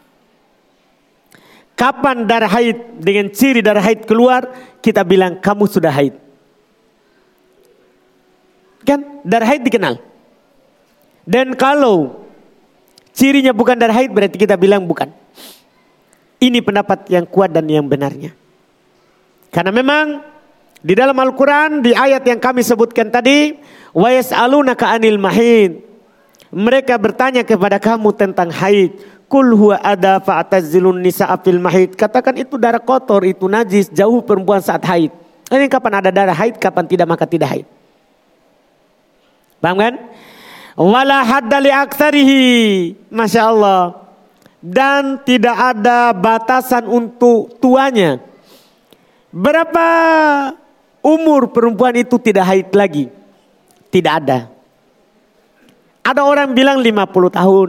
Kapan darah haid dengan ciri darah haid keluar, kita bilang kamu sudah haid. Kan darah haid dikenal. Dan kalau cirinya bukan darah haid berarti kita bilang bukan. Ini pendapat yang kuat dan yang benarnya. Karena memang di dalam Al-Quran di ayat yang kami sebutkan tadi, wa yas'alunaka 'anil mahid. Mereka bertanya kepada kamu tentang haid. Kul huwa adha fa'tazilun nisa'a fil mahid. Katakan itu darah kotor, itu najis, jauh perempuan saat haid. Ini kapan ada darah haid, kapan tidak maka tidak haid. Paham kan? Wala hadda li aktsarihi. Masya Allah. Dan tidak ada batasan untuk tuanya. Berapa umur perempuan itu tidak haid lagi? Tidak ada. Ada orang bilang 50 tahun.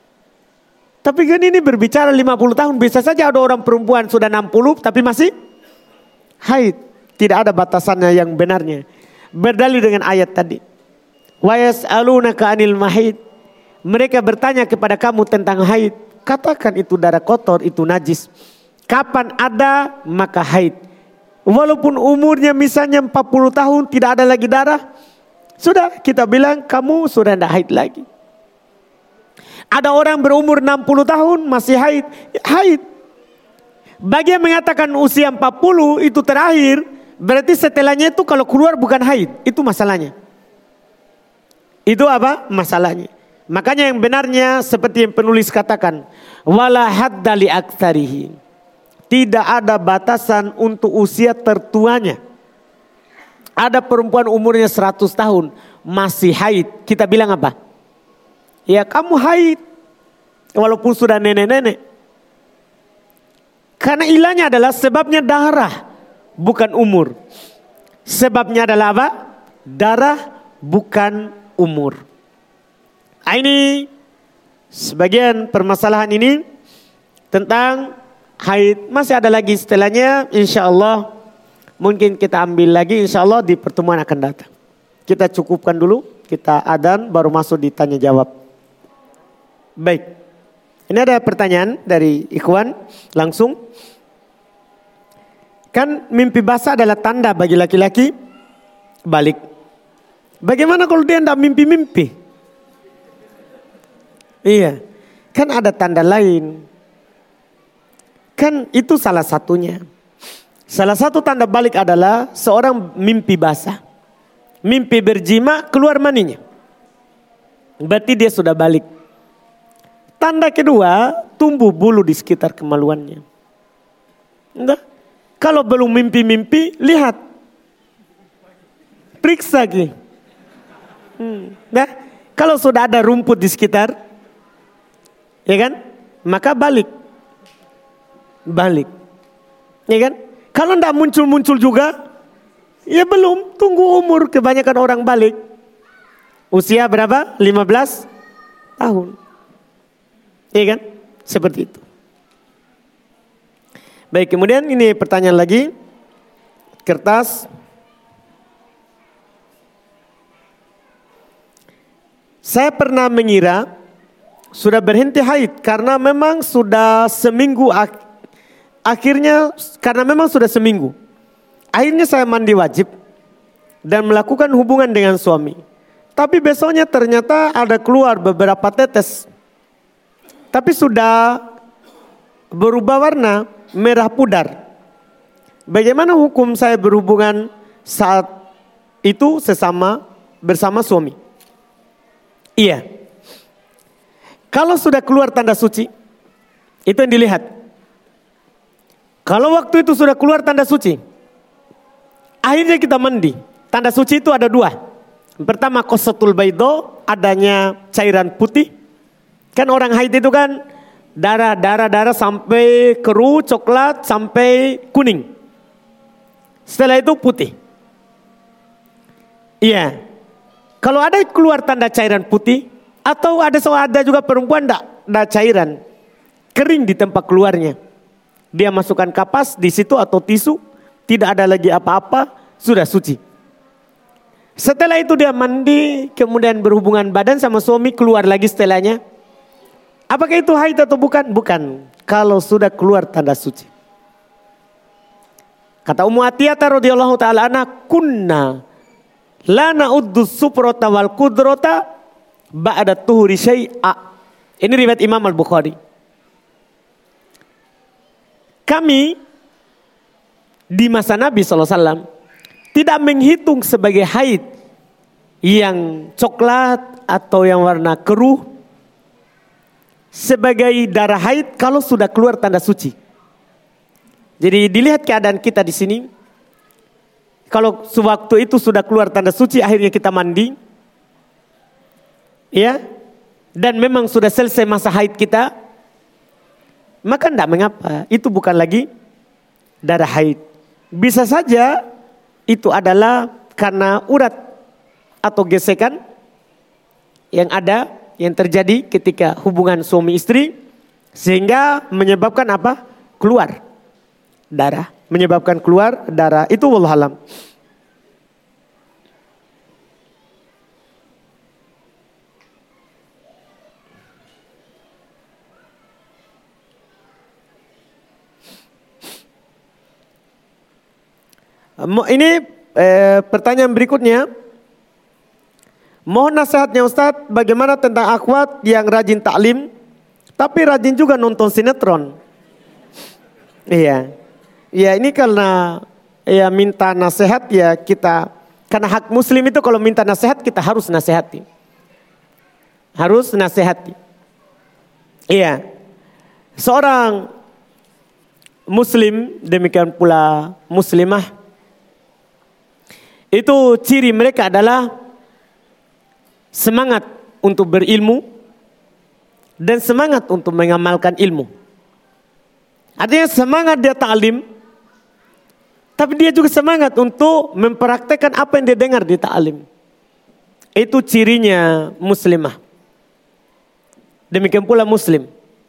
Tapi kan ini berbicara 50 tahun. Bisa saja ada orang perempuan sudah 60 tapi masih haid. Tidak ada batasannya yang benarnya. Berdalil dengan ayat tadi. Wa yas'alunaka 'anil mahid. Mereka bertanya kepada kamu tentang haid. Katakan itu darah kotor, itu najis. Kapan ada maka haid. Walaupun umurnya misalnya 40 tahun tidak ada lagi darah. Sudah kita bilang kamu sudah tidak haid lagi. Ada orang berumur 60 tahun masih haid. Haid. Bagi yang mengatakan usia 40 itu terakhir. Berarti setelahnya itu kalau keluar bukan haid. Itu masalahnya. Itu apa? Masalahnya. Makanya yang benarnya seperti yang penulis katakan. Wala hadda li aktsarihi. Tidak ada batasan untuk usia tertuanya. Ada perempuan umurnya 100 tahun masih haid. Kita bilang apa? Ya kamu haid. Walaupun sudah nenek-nenek. Karena ilahnya adalah sebabnya darah. Bukan umur. Sebabnya adalah apa? Darah bukan umur. Ini sebagian permasalahan ini tentang haid. Masih ada lagi setelahnya, insya Allah mungkin kita ambil lagi, insya Allah di pertemuan akan datang. Kita cukupkan dulu, kita adzan baru masuk di tanya jawab. Baik, ini ada pertanyaan dari Ikhwan langsung. Kan mimpi basah adalah tanda bagi laki-laki balik. Bagaimana kalau dia tidak mimpi-mimpi? Iya, kan ada tanda lain. Kan itu salah satunya. Salah satu tanda balik adalah seorang mimpi basah. Mimpi berjima keluar maninya. Berarti dia sudah balik. Tanda kedua, tumbuh bulu di sekitar kemaluannya. Enggak. Kalau belum mimpi-mimpi, lihat. Periksa lagi. Nah, kalau sudah ada rumput di sekitar, ya kan? Maka balik. Balik. Ya kan? Kalau tidak muncul-muncul juga, ya belum. Tunggu umur. Kebanyakan orang balik. Usia berapa? 15 tahun. Ya kan? Seperti itu. Baik, kemudian ini pertanyaan lagi. Kertas. Saya pernah mengira sudah berhenti haid karena memang sudah seminggu. Akhirnya karena memang sudah seminggu. Akhirnya saya mandi wajib dan melakukan hubungan dengan suami. Tapi besoknya ternyata ada keluar beberapa tetes. Tapi sudah berubah warna merah pudar. Bagaimana hukum saya berhubungan saat itu bersama suami? Iya. Kalau sudah keluar tanda suci, itu yang dilihat. Kalau waktu itu sudah keluar tanda suci, akhirnya kita mandi. Tanda suci itu ada dua. Pertama qosatul baydo, adanya cairan putih. Kan orang haid itu kan darah sampai keruh, coklat sampai kuning. Setelah itu putih. Iya. Kalau ada keluar tanda cairan putih, atau ada juga perempuan enggak cairan, kering di tempat keluarnya. Dia masukkan kapas di situ atau tisu, tidak ada lagi apa-apa, sudah suci. Setelah itu dia mandi, kemudian berhubungan badan sama suami, keluar lagi setelahnya. Apakah itu haid atau bukan? Bukan. Kalau sudah keluar tanda suci. Kata Ummu Atiyah radhiyallahu taala anha, kunna la na'uddu sufrata wal qudrata ba'da tuhuri syai'a. Ini riwayat Imam Al-Bukhari. Kami di masa Nabi SAW tidak menghitung sebagai haid yang coklat atau yang warna keruh sebagai darah haid kalau sudah keluar tanda suci. Jadi dilihat keadaan kita di sini. Kalau sewaktu itu sudah keluar tanda suci, akhirnya kita mandi. Ya. Dan memang sudah selesai masa haid kita. Maka tidak mengapa. Itu bukan lagi darah haid. Bisa saja itu adalah karena urat atau gesekan yang terjadi ketika hubungan suami istri. Sehingga menyebabkan apa? Keluar darah, menyebabkan keluar darah. Itu wallahu alam. Ini pertanyaan berikutnya. Mohon nasihatnya Ustadz, bagaimana tentang akhwat yang rajin taklim tapi rajin juga nonton sinetron? Iya. Ya ini karena ya minta nasihat ya kita, karena hak muslim itu kalau minta nasihat kita harus nasihati. Harus nasihati. Iya. Seorang muslim, demikian pula muslimah, itu ciri mereka adalah semangat untuk berilmu dan semangat untuk mengamalkan ilmu. Artinya semangat dia ta'lim, tapi dia juga semangat untuk mempraktekkan apa yang dia dengar di ta'lim. Itu cirinya muslimah. Demikian pula muslim.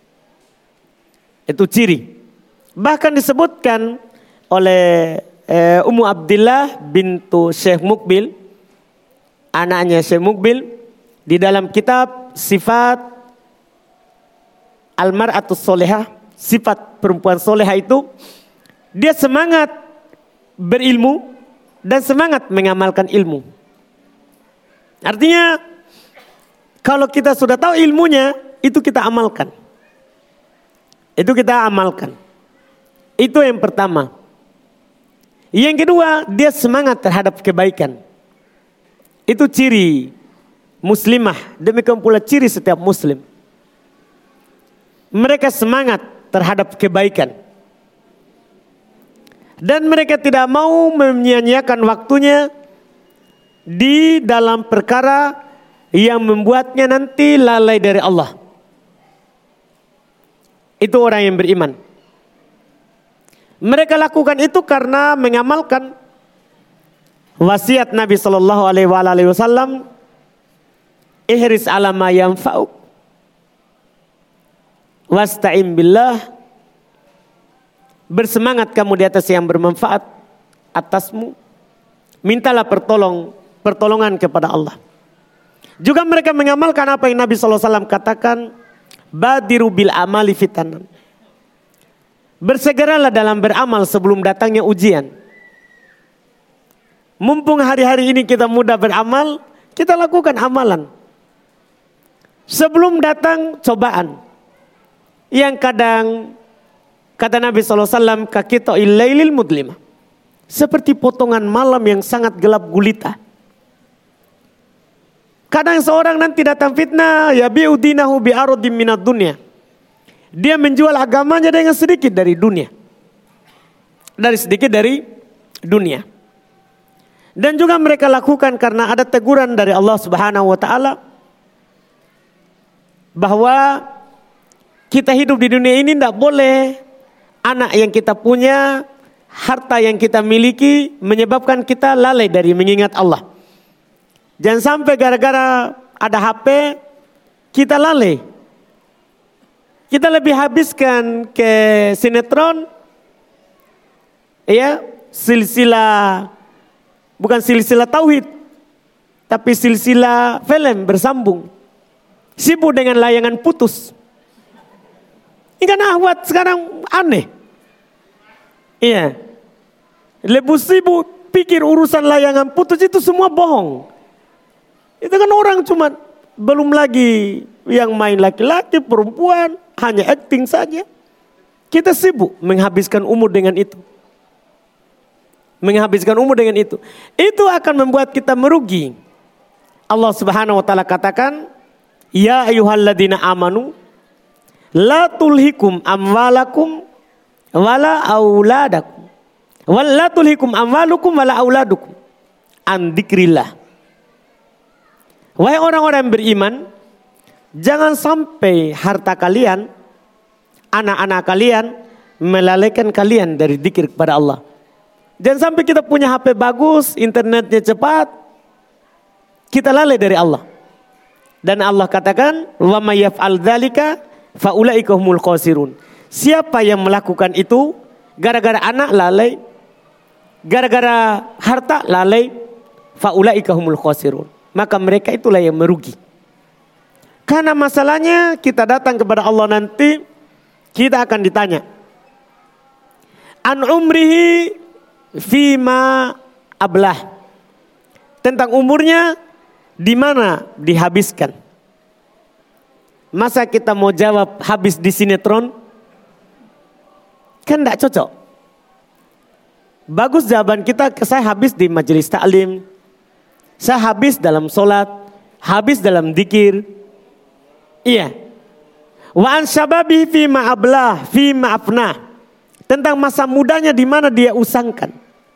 Itu ciri. Bahkan disebutkan oleh Ummu Abdillah bintu Syekh Mukbil, anaknya Syekh Mukbil, di dalam kitab Sifat Al-Mar'atus Solehah, sifat perempuan solehah itu, dia semangat berilmu dan semangat mengamalkan ilmu. Artinya kalau kita sudah tahu ilmunya, itu kita amalkan. Itu kita amalkan. Itu yang pertama. Yang kedua, dia semangat terhadap kebaikan. Itu ciri muslimah, demikian pula ciri setiap muslim. Mereka semangat terhadap kebaikan. Dan mereka tidak mau menyia-nyiakan waktunya di dalam perkara yang membuatnya nanti lalai dari Allah. Itu orang yang beriman. Mereka lakukan itu karena mengamalkan wasiat Nabi SAW, ihris ala ma yanfa'uk wasta'in billah bersemangat kamu di atas yang bermanfaat atasmu. Mintalah pertolongan kepada Allah. Juga mereka mengamalkan apa yang Nabi SAW katakan, badiru bil amali fitanan. Bersegeralah dalam beramal sebelum datangnya ujian. Mumpung hari-hari ini kita mudah beramal, kita lakukan amalan. Sebelum datang cobaan. Yang kadang, kata Nabi SAW, kakito'il lailil mudlimah. Seperti potongan malam yang sangat gelap gulita. Kadang seorang nanti datang fitnah, ya bi'udinahu bi'arodim minat dunia. Dia menjual agamanya dengan sedikit dari dunia. Dari dunia. Dan juga mereka lakukan karena ada teguran dari Allah Subhanahu wa taala bahwa kita hidup di dunia ini tidak boleh anak yang kita punya, harta yang kita miliki menyebabkan kita lalai dari mengingat Allah. Jangan sampai gara-gara ada HP kita lalai. Kita lebih habiskan ke sinetron, ya, bukan silsilah tauhid, tapi silsilah film bersambung. Sibuk dengan layangan putus. Ini kan ahwat sekarang aneh. Iya. Lebih sibuk pikir urusan layangan putus itu semua bohong. Itu kan orang cuma belum lagi yang main laki-laki, perempuan, hanya acting saja. Kita sibuk menghabiskan umur dengan itu. Itu akan membuat kita merugi. Allah Subhanahu wa taala katakan, ya ayyuhalladzina amanu la tulhikum amwalakum wala auladakum. Wala tulhikum amwalukum wala auladukum an dzikrillah. Wahai orang-orang yang beriman, jangan sampai harta kalian, anak-anak kalian melalaikan kalian dari zikir kepada Allah. Jangan sampai kita punya HP bagus, internetnya cepat, kita lalai dari Allah. Dan Allah katakan, wa may yaf'al dzalika fa ulaika humul khasirun. Siapa yang melakukan itu gara-gara anak lalai, gara-gara harta lalai, fa ulaika humul khasirun. Maka mereka itulah yang merugi. Karena masalahnya kita datang kepada Allah nanti, kita akan ditanya, an umrihi fima ablah. Tentang umurnya di mana dihabiskan. Masa kita mau jawab habis di sinetron? Kan tidak cocok. Bagus jawaban kita, saya habis di majelis taklim, saya habis dalam solat, habis dalam dzikir. Iya. Wa an syababi fima ablah, fima afnah. Tentang masa mudanya di mana dia usangkan.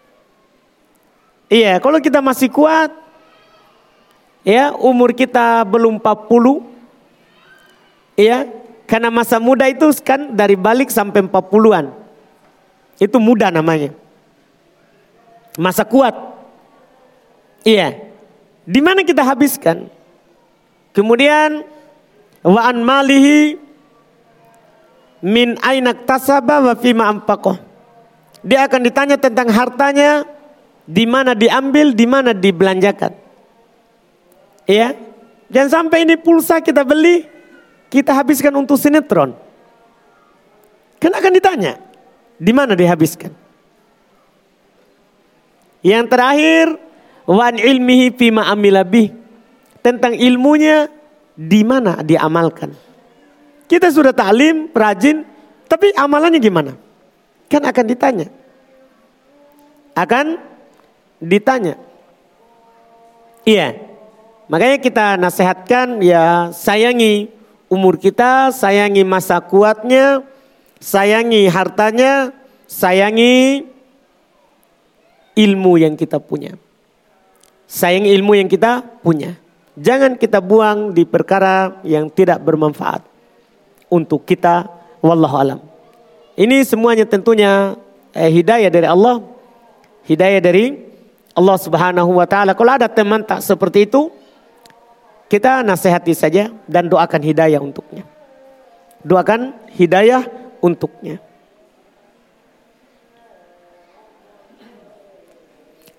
Iya, kalau kita masih kuat, ya, umur kita belum 40. Iya, karena masa muda itu kan dari balik sampai 40-an. Itu muda namanya. Masa kuat. Iya. Di mana kita habiskan? Kemudian wa an malihi min ainak tasaba wa fima anfaqah. Dia akan ditanya tentang hartanya, di mana diambil, di mana dibelanjakan. Iya. Jangan sampai ini pulsa kita beli, kita habiskan untuk sinetron. Kan akan ditanya, di mana dihabiskan. Yang terakhir, wan ilmihi fima amila bih. Tentang ilmunya di mana diamalkan. Kita sudah taklim, rajin, tapi amalannya gimana? Kan akan ditanya. Iya. Makanya kita nasihatkan, ya, sayangi umur kita, sayangi masa kuatnya, sayangi hartanya, sayangi ilmu yang kita punya. Sayangi ilmu yang kita punya. Jangan kita buang di perkara yang tidak bermanfaat untuk kita. Wallahu alam. Ini semuanya tentunya hidayah dari Allah. Hidayah dari Allah Subhanahu wa taala. Kalau ada teman tak seperti itu, kita nasihati saja dan doakan hidayah untuknya. Doakan hidayah untuknya.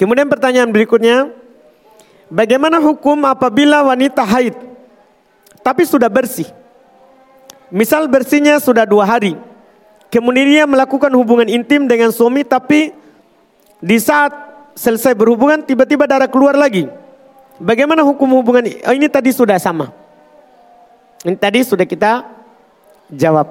Kemudian pertanyaan berikutnya, bagaimana hukum apabila wanita haid tapi sudah bersih? Misal bersihnya sudah 2 hari. Kemudian dia melakukan hubungan intim dengan suami, tapi di saat selesai berhubungan tiba-tiba darah keluar lagi. Bagaimana hukum hubungan ini? Oh, ini tadi sudah sama. Ini tadi sudah kita jawab.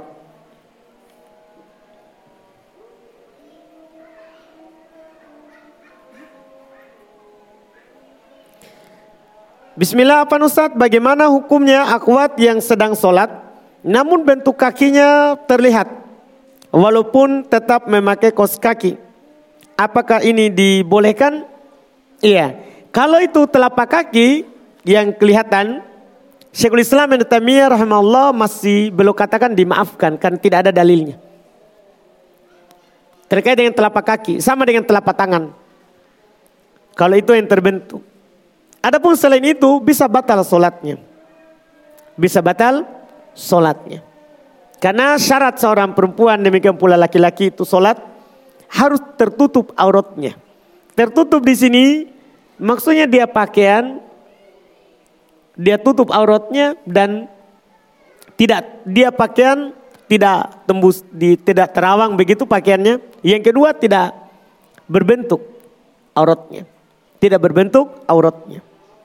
Bismillah, apa Ustadz, bagaimana hukumnya akhwat yang sedang sholat namun bentuk kakinya terlihat walaupun tetap memakai kaos kaki? Apakah ini dibolehkan? Iya, kalau itu telapak kaki yang kelihatan, Syekhul Islam Ibnu Taimiyah rahimahullah masih belum katakan dimaafkan kan tidak ada dalilnya. Terkait dengan telapak kaki, sama dengan telapak tangan. Kalau itu yang terbentuk. Adapun selain itu bisa batal sholatnya. Bisa batal sholatnya. Karena syarat seorang perempuan demikian pula laki-laki itu sholat harus tertutup auratnya. Tertutup di sini maksudnya dia pakaian, dia tutup auratnya dan dia pakaian tidak tembus, tidak terawang begitu pakaiannya. Yang kedua tidak berbentuk auratnya, tidak berbentuk auratnya.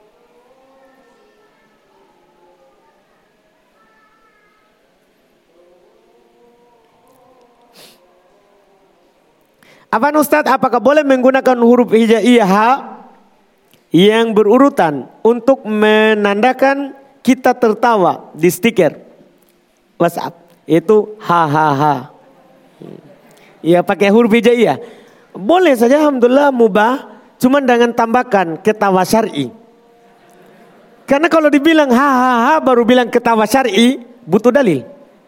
Afwan Ustadz, apakah boleh menggunakan huruf hijaiyah yang berurutan untuk menandakan kita tertawa di stiker WhatsApp? Itu hahaha. Ya pakai huruf hijaiyah. Boleh saja, alhamdulillah mubah, cuman dengan tambahkan ketawa syar'i. Karena kalau dibilang hahaha baru bilang ketawa syar'i, butuh dalil.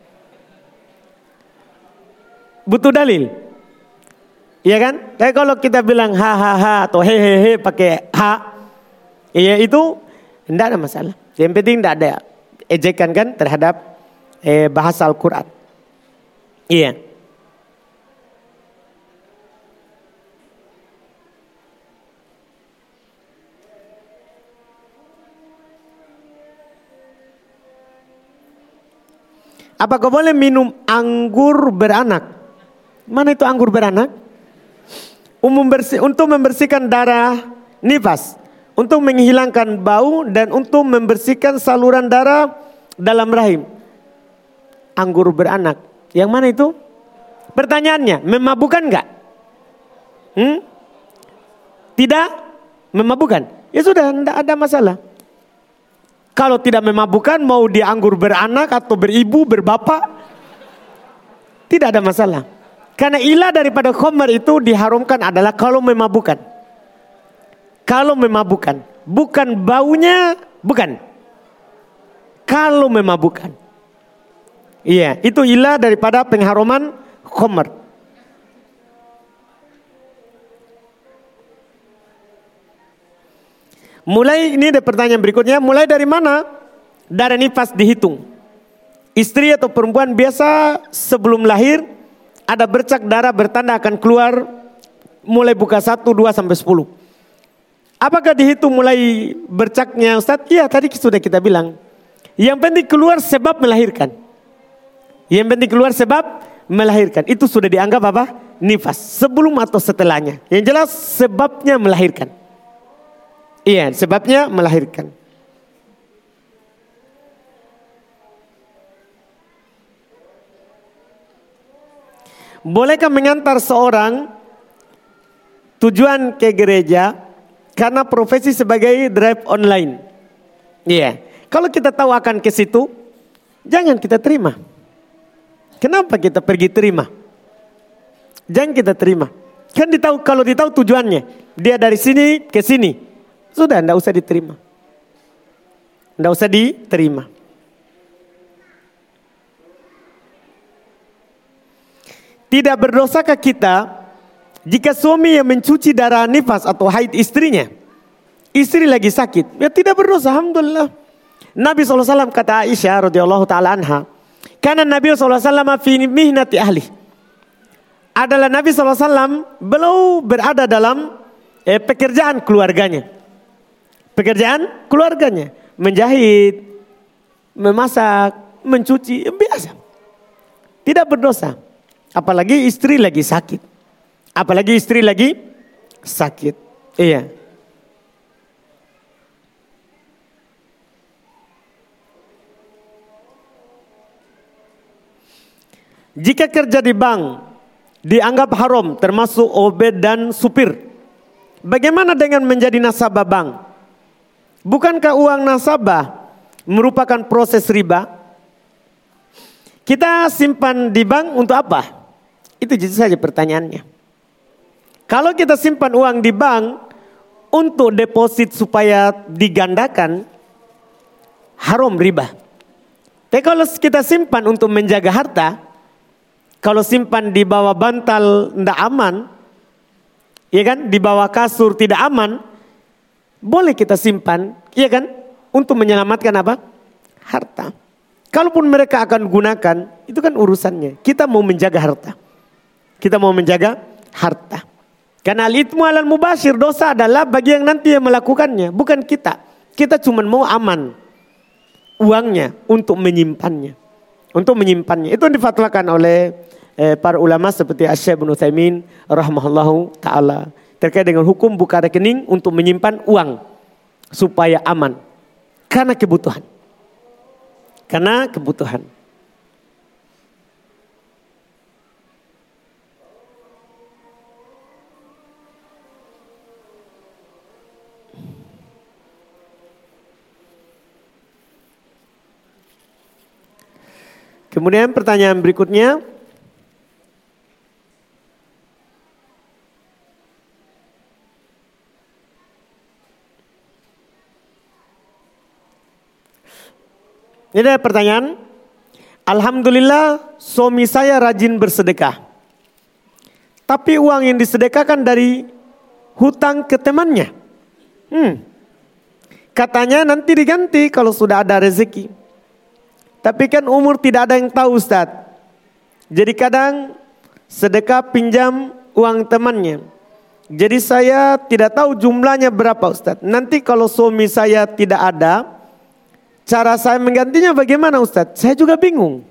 Butuh dalil. Iya kan? Tapi kalau kita bilang hahaha atau hehehe pakai ha, iya itu tidak ada masalah. Yang penting tidak ada ejekan kan terhadap bahasa Al-Quran. Iya. Apakah boleh minum anggur beranak? Mana itu anggur beranak? Untuk membersihkan darah nifas, untuk menghilangkan bau dan untuk membersihkan saluran darah dalam rahim. Anggur beranak, yang mana itu? Pertanyaannya, memabukkan enggak? Tidak memabukkan? Ya sudah, tidak ada masalah. Kalau tidak memabukkan, mau dia anggur beranak atau beribu, berbapak, tidak ada masalah. Karena ilah daripada khamar itu diharamkan adalah kalau memabukkan. Kalau memabukkan. Bukan baunya, bukan. Kalau memabukkan. Iya, itu ilah daripada pengharaman khamar. Mulai, ini ada pertanyaan berikutnya. Mulai dari mana darah nifas dihitung? Istri atau perempuan biasa sebelum lahir ada bercak darah bertanda akan keluar mulai buka 1, 2 sampai 10. Apakah dihitung mulai bercaknya Ustaz? Iya, tadi sudah kita bilang. Yang penting keluar sebab melahirkan. Yang penting keluar sebab melahirkan. Itu sudah dianggap apa? Nifas. Sebelum atau setelahnya. Yang jelas sebabnya melahirkan. Iya, sebabnya melahirkan. Bolehkah mengantar seorang tujuan ke gereja karena profesi sebagai drive online? Iya. Kalau kita tahu akan ke situ, jangan kita terima. Kenapa kita pergi terima? Jangan kita terima. Kan kalau ditahu tujuannya, dia dari sini ke sini, sudah tidak usah diterima. Tidak usah diterima. Tidak berdosakah kita jika suami yang mencuci darah nifas atau haid istrinya? Istri lagi sakit, ya tidak berdosa, alhamdulillah. Nabi SAW kata Aisyah radhiyallahu taala anha, karena Nabi SAW fi mihnati ahli. Adalah Nabi SAW beliau berada dalam pekerjaan keluarganya. Pekerjaan keluarganya. Menjahit, memasak, mencuci, biasa. Tidak berdosa. Apalagi istri lagi sakit. Apalagi istri lagi sakit. Iya. Jika kerja di bank dianggap haram termasuk obed dan supir, bagaimana dengan menjadi nasabah bank? Bukankah uang nasabah merupakan proses riba? Kita simpan di bank untuk apa? Itu saja pertanyaannya. Kalau kita simpan uang di bank untuk deposit supaya digandakan, haram riba. Tapi kalau kita simpan untuk menjaga harta, kalau simpan di bawah bantal tidak aman, ya kan? Di bawah kasur tidak aman, boleh kita simpan, ya kan? Untuk menyelamatkan apa? Harta. Kalaupun mereka akan gunakan, itu kan urusannya. Kita mau menjaga harta. Kita mau menjaga harta. Karena al-ithmu alal mubashir, dosa adalah bagi yang nanti yang melakukannya, bukan kita. Kita cuma mau aman uangnya untuk menyimpannya. Untuk menyimpannya. Itu yang difatwakan oleh para ulama seperti Asy-Syaikh Ibnu Utsaimin rahimahullahu taala terkait dengan hukum buka rekening untuk menyimpan uang supaya aman. Karena kebutuhan. Karena kebutuhan. Kemudian pertanyaan berikutnya. Ini ada pertanyaan. Alhamdulillah suami saya rajin bersedekah. Tapi uang yang disedekahkan dari hutang ke temannya. Katanya nanti diganti kalau sudah ada rezeki. Tapi kan umur tidak ada yang tahu Ustaz. Jadi kadang sedekah pinjam uang temannya. Jadi saya tidak tahu jumlahnya berapa Ustaz. Nanti kalau suami saya tidak ada, cara saya menggantinya bagaimana Ustaz? Saya juga bingung.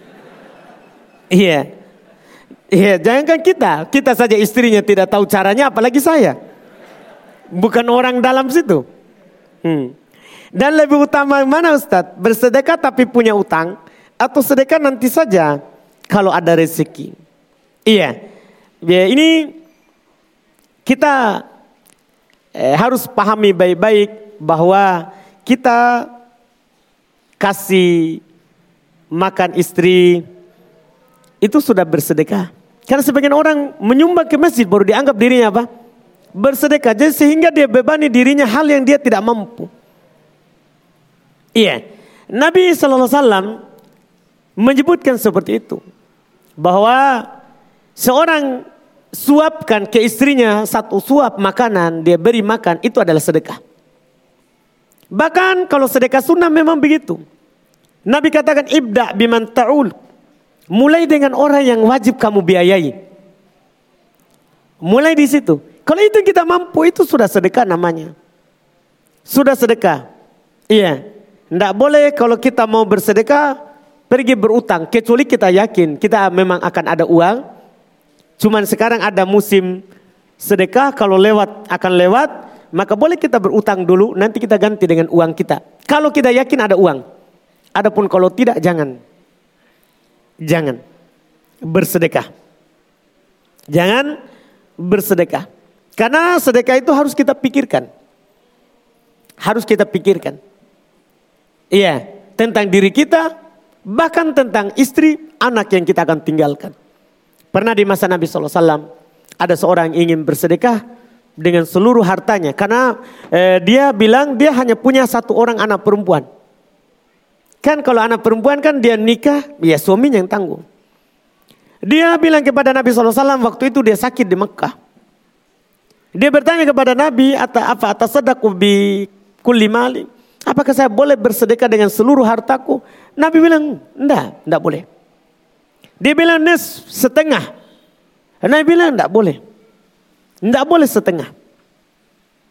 Iya. Iya, jangankan kita saja istrinya tidak tahu caranya apalagi saya. Bukan orang dalam situ. Dan lebih utama mana Ustaz? Bersedekah tapi punya utang atau sedekah nanti saja kalau ada rezeki? Iya. Ya, ini kita harus pahami baik-baik bahwa kita kasih makan istri itu sudah bersedekah. Karena sebagian orang menyumbang ke masjid baru dianggap dirinya apa? Bersedekah. Jadi sehingga dia bebani dirinya hal yang dia tidak mampu. Iya. Nabi SAW menyebutkan seperti itu. Bahwa seorang suapkan ke istrinya satu suap makanan, dia beri makan, itu adalah sedekah. Bahkan kalau sedekah sunnah memang begitu. Nabi katakan ibda biman ta'ul. Mulai dengan orang yang wajib kamu biayai. Mulai di situ. Kalau itu kita mampu, itu sudah sedekah namanya. Sudah sedekah. Iya. Tidak boleh kalau kita mau bersedekah pergi berutang. Kecuali kita yakin kita memang akan ada uang. Cuman sekarang ada musim sedekah, kalau lewat akan lewat. Maka boleh kita berutang dulu, nanti kita ganti dengan uang kita. Kalau kita yakin ada uang. Adapun kalau tidak, jangan. Jangan bersedekah. Jangan bersedekah. Karena sedekah itu harus kita pikirkan. Harus kita pikirkan. Iya, tentang diri kita, bahkan tentang istri, anak yang kita akan tinggalkan. Pernah di masa Nabi SAW, ada seorang yang ingin bersedekah dengan seluruh hartanya. Karena dia bilang dia hanya punya satu orang anak perempuan. Kan kalau anak perempuan kan dia nikah, ya suaminya yang tanggung. Dia bilang kepada Nabi SAW waktu itu dia sakit di Mekah. Dia bertanya kepada Nabi, apa atasadaqu bi kulli mali? Apakah saya boleh bersedekah dengan seluruh hartaku? Nabi bilang, enggak boleh. Dia bilang setengah. Nabi bilang enggak boleh. Enggak boleh setengah.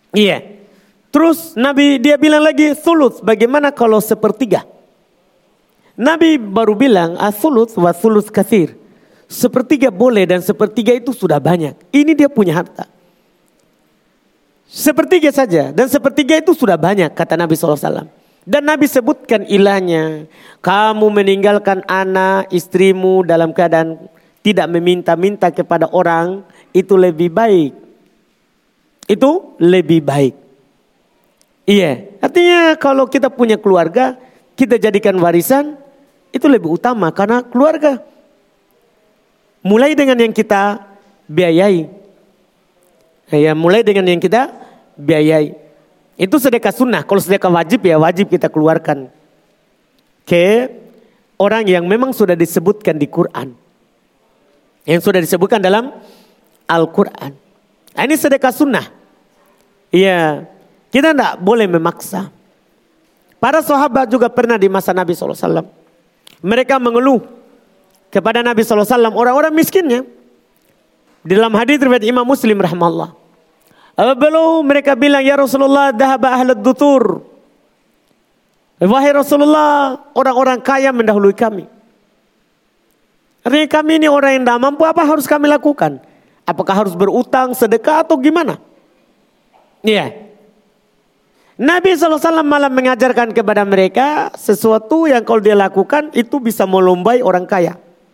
Iya. Terus Nabi dia bilang lagi thuluth, bagaimana kalau sepertiga? Nabi baru bilang thuluth wa thuluth katsir. Sepertiga boleh dan sepertiga itu sudah banyak. Ini dia punya harta. Sepertiga saja dan sepertiga itu sudah banyak kata Nabi SAW. Dan Nabi sebutkan ilahnya. Kamu meninggalkan anak istrimu dalam keadaan tidak meminta-minta kepada orang. Itu lebih baik. Itu lebih baik. Iya. Artinya kalau kita punya keluarga. Kita jadikan warisan. Itu lebih utama karena keluarga. Mulai dengan yang kita biayai. Ya, mulai dengan yang kita biayai. Itu sedekah sunnah. Kalau sedekah wajib ya wajib kita keluarkan. Ke orang yang memang sudah disebutkan di Quran. Yang sudah disebutkan dalam Al-Quran. Nah, ini sedekah sunnah. Iya. Kita tidak boleh memaksa. Para sahabat juga pernah di masa Nabi SAW. Mereka mengeluh kepada Nabi SAW orang-orang miskinnya. Di dalam hadis riwayat Imam Muslim rahimahullah. Lalu mereka bilang, ya Rasulullah dhahaba ahlad dutur. Wahai Rasulullah, orang-orang kaya mendahului kami. Artinya kami ini orang yang tidak mampu, apa harus kami lakukan? Apakah harus berutang, sedekah atau gimana? Iya. Nabi SAW malah mengajarkan kepada mereka sesuatu yang kalau dia lakukan itu bisa melombai orang kaya.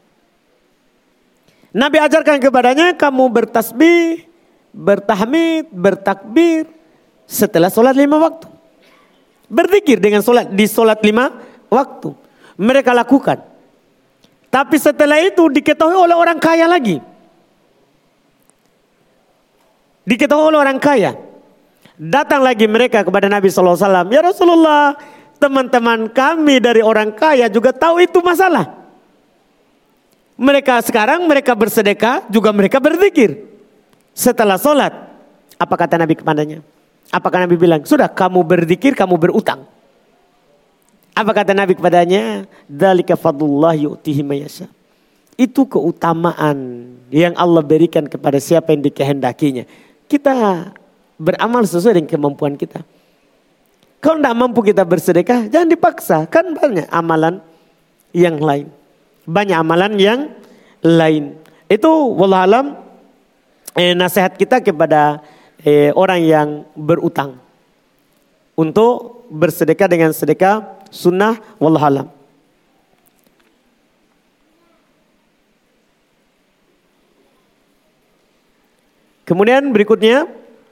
Nabi ajarkan kepadanya kamu bertasbih, bertahmid, bertakbir setelah sholat 5 waktu. Berzikir dengan sholat di sholat 5 waktu. Mereka lakukan. Tapi setelah itu diketahui oleh orang kaya lagi. Diketahui oleh orang kaya. Datang lagi mereka kepada Nabi SAW. Ya Rasulullah, teman-teman kami dari orang kaya juga tahu itu masalah. Mereka sekarang mereka bersedekah juga mereka berzikir. Setelah sholat. Apa kata Nabi kepadanya? Apakah Nabi bilang, sudah kamu berzikir kamu berutang. Apa kata Nabi kepadanya? Dzalika fadlullah yu'tihi mayasya. Itu keutamaan yang Allah berikan kepada siapa yang dikehendakinya. Kita beramal sesuai dengan kemampuan kita. Kalau tidak mampu kita bersedekah, jangan dipaksa. Kan banyak amalan yang lain. Banyak amalan yang lain. Itu wallahualam nasihat kita kepada orang yang berutang. Untuk bersedekah dengan sedekah sunnah wallahualam. Kemudian berikutnya.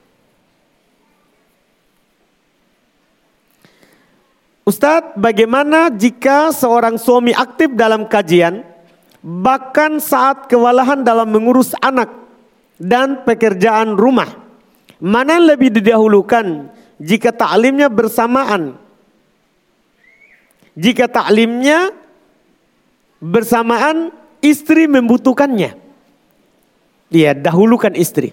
Ustadz, bagaimana jika seorang suami aktif dalam kajian, bahkan saat kewalahan dalam mengurus anak dan pekerjaan rumah? Mana yang lebih didahulukan jika taklimnya bersamaan? Jika taklimnya bersamaan, istri membutuhkannya. Dia dahulukan istri.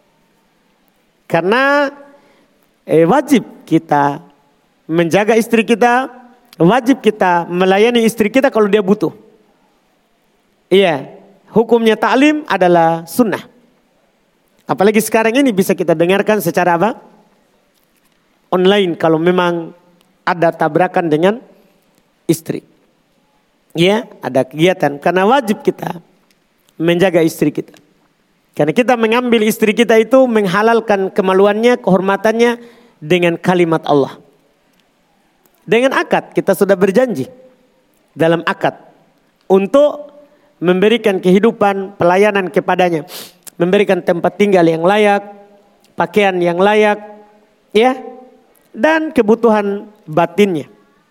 Karena wajib kita menjaga istri kita, wajib kita melayani istri kita kalau dia butuh. Iya, hukumnya taklim adalah sunnah. Apalagi sekarang ini bisa kita dengarkan secara apa? Online kalau memang ada tabrakan dengan istri. Iya, ada kegiatan. Karena wajib kita menjaga istri kita. Karena kita mengambil istri kita itu menghalalkan kemaluannya, kehormatannya dengan kalimat Allah. Dengan akad kita sudah berjanji dalam akad untuk memberikan kehidupan pelayanan kepadanya, memberikan tempat tinggal yang layak, pakaian yang layak, ya, dan kebutuhan batinnya.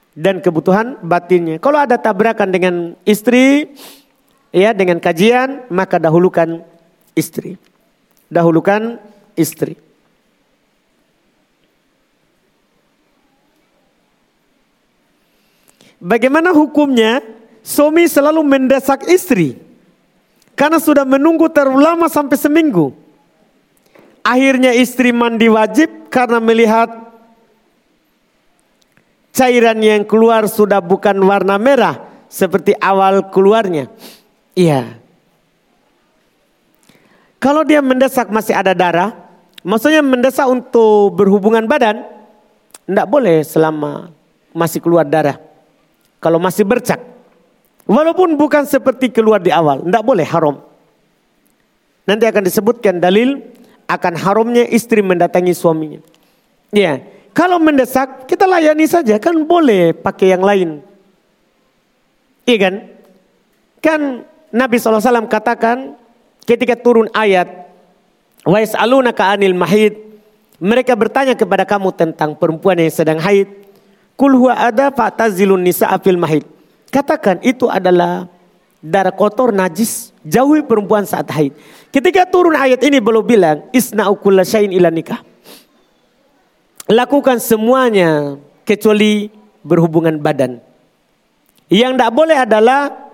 Kalau ada tabrakan dengan istri, ya, dengan kajian, maka dahulukan istri. Dahulukan istri. Bagaimana hukumnya suami selalu mendesak istri karena sudah menunggu terlalu lama sampai seminggu. Akhirnya istri mandi wajib karena melihat cairan yang keluar sudah bukan warna merah seperti awal keluarnya. Iya. Kalau dia mendesak masih ada darah, Maksudnya mendesak untuk berhubungan badan, tidak boleh selama masih keluar darah. Kalau masih bercak, walaupun bukan seperti keluar di awal, tidak boleh, haram. Nanti akan disebutkan dalil akan haramnya istri mendatangi suaminya. Ya, kalau mendesak kita layani saja, kan boleh pakai yang lain. Iya kan? Kan Nabi SAW katakan ketika turun ayat wa yas'alunaka 'anil mahid, mereka bertanya kepada kamu tentang perempuan yang sedang haid. Qul huwa adha fa'tazilun nisaa fil mahid. Katakan itu adalah darah kotor najis, jauhi perempuan saat haid. Ketika turun ayat ini belum bilang isna'u kulla syai'in ila nikah. Lakukan semuanya kecuali berhubungan badan. Yang tidak boleh adalah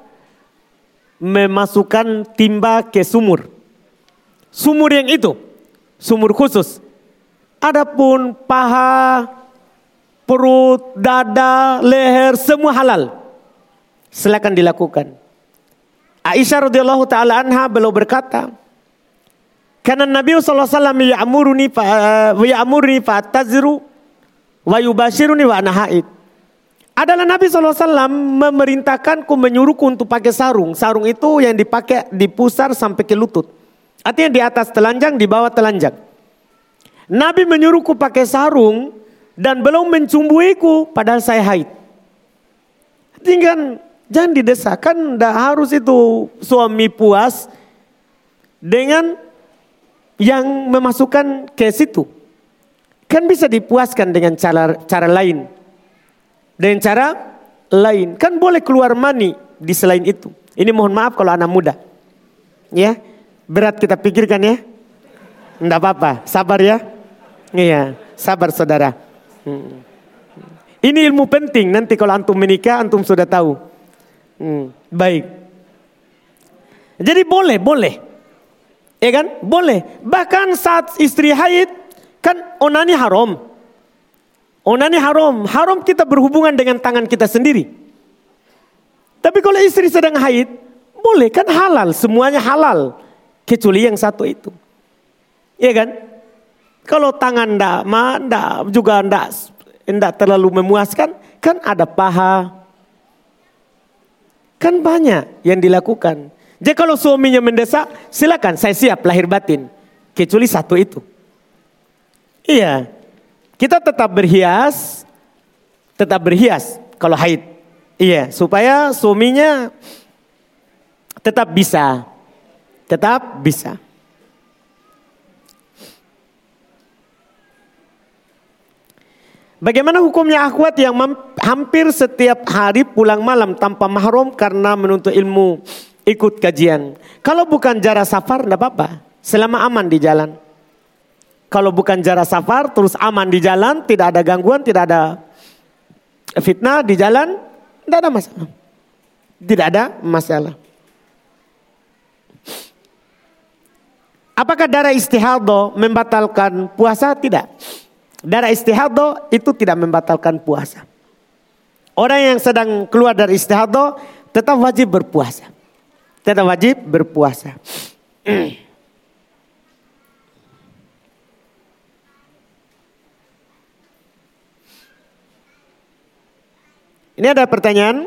memasukkan timba ke sumur. Sumur yang itu, sumur khusus. Adapun paha, perut, dada, leher, semua halal. Silakan dilakukan. Aisyah radhiyallahu taala anha beliau berkata, karena Nabi SAW ya'muruni fa'taziru wa yubashiruni wa ana haid. Adalah Nabi SAW memerintahkanku, menyuruhku untuk pakai sarung. Sarung itu yang dipakai di pusar sampai ke lutut. Artinya di atas telanjang, di bawah telanjang. Nabi menyuruhku pakai sarung dan belum mencumbuiku padahal saya haid. Tinggal jangan didesak, kan tidak harus itu suami puas dengan yang memasukkan ke situ. Kan bisa dipuaskan dengan cara lain. Dengan cara lain. Kan boleh keluar mani di selain itu. Ini mohon maaf kalau anak muda. Ya, berat kita pikirkan ya. Tidak apa-apa, sabar ya. Iya, sabar saudara. Ini ilmu penting, nanti kalau antum menikah antum sudah tahu. Baik. Jadi boleh. Ya kan? Boleh. Bahkan saat istri haid kan onani haram. Onani haram. Haram kita berhubungan dengan tangan kita sendiri. Tapi kalau istri sedang haid, boleh, kan halal. Semuanya halal. Kecuali yang satu itu. Ya kan? Kalau tangan enggak terlalu memuaskan, kan ada paha. Kan banyak yang dilakukan. Jadi kalau suaminya mendesak, silakan, saya siap lahir batin. Kecuali satu itu. Iya. Kita tetap berhias kalau haid. Iya, supaya suaminya tetap bisa. Bagaimana hukumnya akhwat yang hampir setiap hari pulang malam tanpa mahram karena menuntut ilmu, ikut kajian? Kalau bukan jarak safar tidak apa-apa, selama aman di jalan. Kalau bukan jarak safar terus aman di jalan, tidak ada gangguan, tidak ada fitnah di jalan, tidak ada masalah. Tidak ada masalah. Apakah darah istihadah membatalkan puasa? Tidak. Darah istihadah itu tidak membatalkan puasa. Orang yang sedang keluar dari istihadah tetap wajib berpuasa. Ini ada pertanyaan.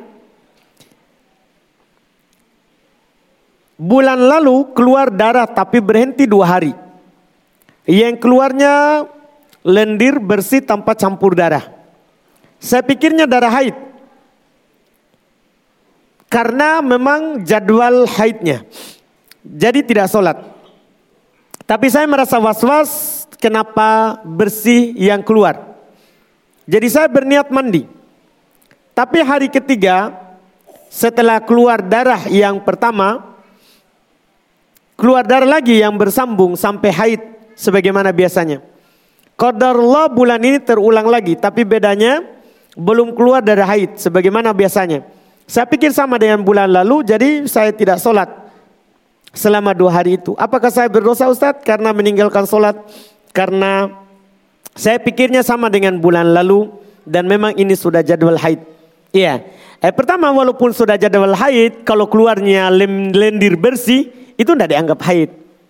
Bulan lalu keluar darah tapi berhenti 2 hari. Yang keluarnya lendir bersih tanpa campur darah. Saya pikirnya darah haid. Karena memang jadwal haidnya. Jadi tidak sholat. Tapi saya merasa was-was kenapa bersih yang keluar. Jadi saya berniat mandi. Tapi hari ketiga setelah keluar darah yang pertama, keluar darah lagi yang bersambung sampai haid sebagaimana biasanya. Qadarullah bulan ini terulang lagi, tapi bedanya belum keluar darah haid sebagaimana biasanya. Saya pikir sama dengan bulan lalu, jadi saya tidak sholat selama 2 hari itu. Apakah saya berdosa Ustadz karena meninggalkan sholat? Karena saya pikirnya sama dengan bulan lalu dan memang ini sudah jadwal haid. Iya. Pertama, walaupun sudah jadwal haid, kalau keluarnya lendir bersih itu tidak dianggap haid.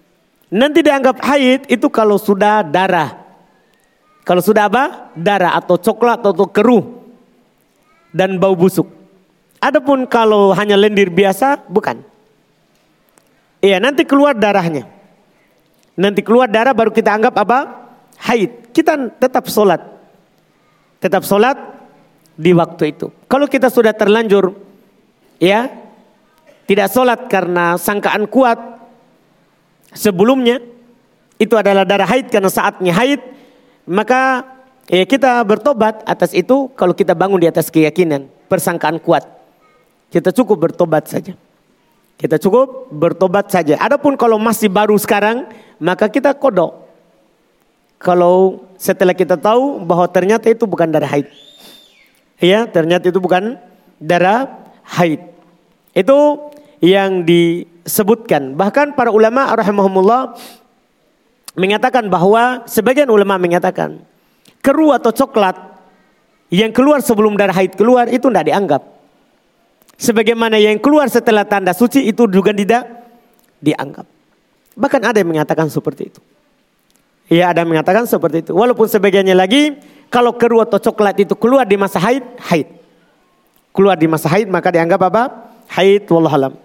Nanti dianggap haid itu kalau sudah darah. Kalau sudah apa? Darah atau coklat atau keruh dan bau busuk. Adapun kalau hanya lendir biasa, bukan. Iya, nanti keluar darahnya. Nanti keluar darah baru kita anggap apa? Haid. Kita tetap sholat. Tetap sholat di waktu itu. Kalau kita sudah terlanjur, ya, tidak sholat karena sangkaan kuat sebelumnya, itu adalah darah haid karena saatnya haid, maka ya kita bertobat atas itu kalau kita bangun di atas keyakinan, persangkaan kuat. Kita cukup bertobat saja. Kita cukup bertobat saja. Adapun kalau masih baru sekarang, maka kita kodok. Kalau setelah kita tahu bahwa ternyata itu bukan darah haid. Ya, ternyata itu bukan darah haid. Itu yang disebutkan. Bahkan para ulama rahimahumullah mengatakan bahwa sebagian ulama mengatakan keruh atau coklat yang keluar sebelum darah haid keluar itu tidak dianggap. Sebagaimana yang keluar setelah tanda suci itu juga tidak dianggap. Bahkan ada yang mengatakan seperti itu. Ya, ada yang mengatakan seperti itu. Walaupun sebagiannya lagi kalau keruh atau coklat itu keluar di masa haid, haid. Keluar di masa haid maka dianggap apa? Haid, wallahu alam.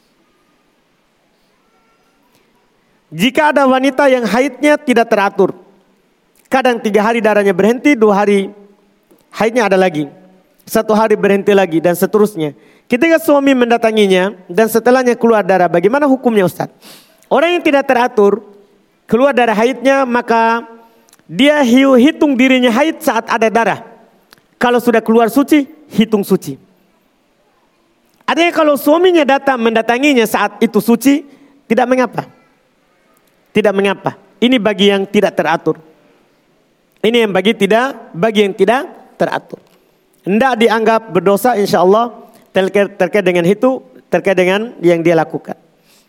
Jika ada wanita yang haidnya tidak teratur, kadang 3 hari darahnya berhenti, 2 hari haidnya ada lagi, 1 hari berhenti lagi dan seterusnya. Ketika suami mendatanginya dan setelahnya keluar darah, bagaimana hukumnya Ustaz? Orang yang tidak teratur, keluar darah haidnya maka dia hitung dirinya haid saat ada darah. Kalau sudah keluar suci, hitung suci. Ada yang kalau suaminya datang mendatanginya saat itu suci, tidak mengapa. Tidak mengapa. Ini bagi yang tidak teratur. Ini yang bagi yang tidak teratur. Tidak dianggap berdosa insyaallah terkait dengan itu, terkait dengan yang dia lakukan.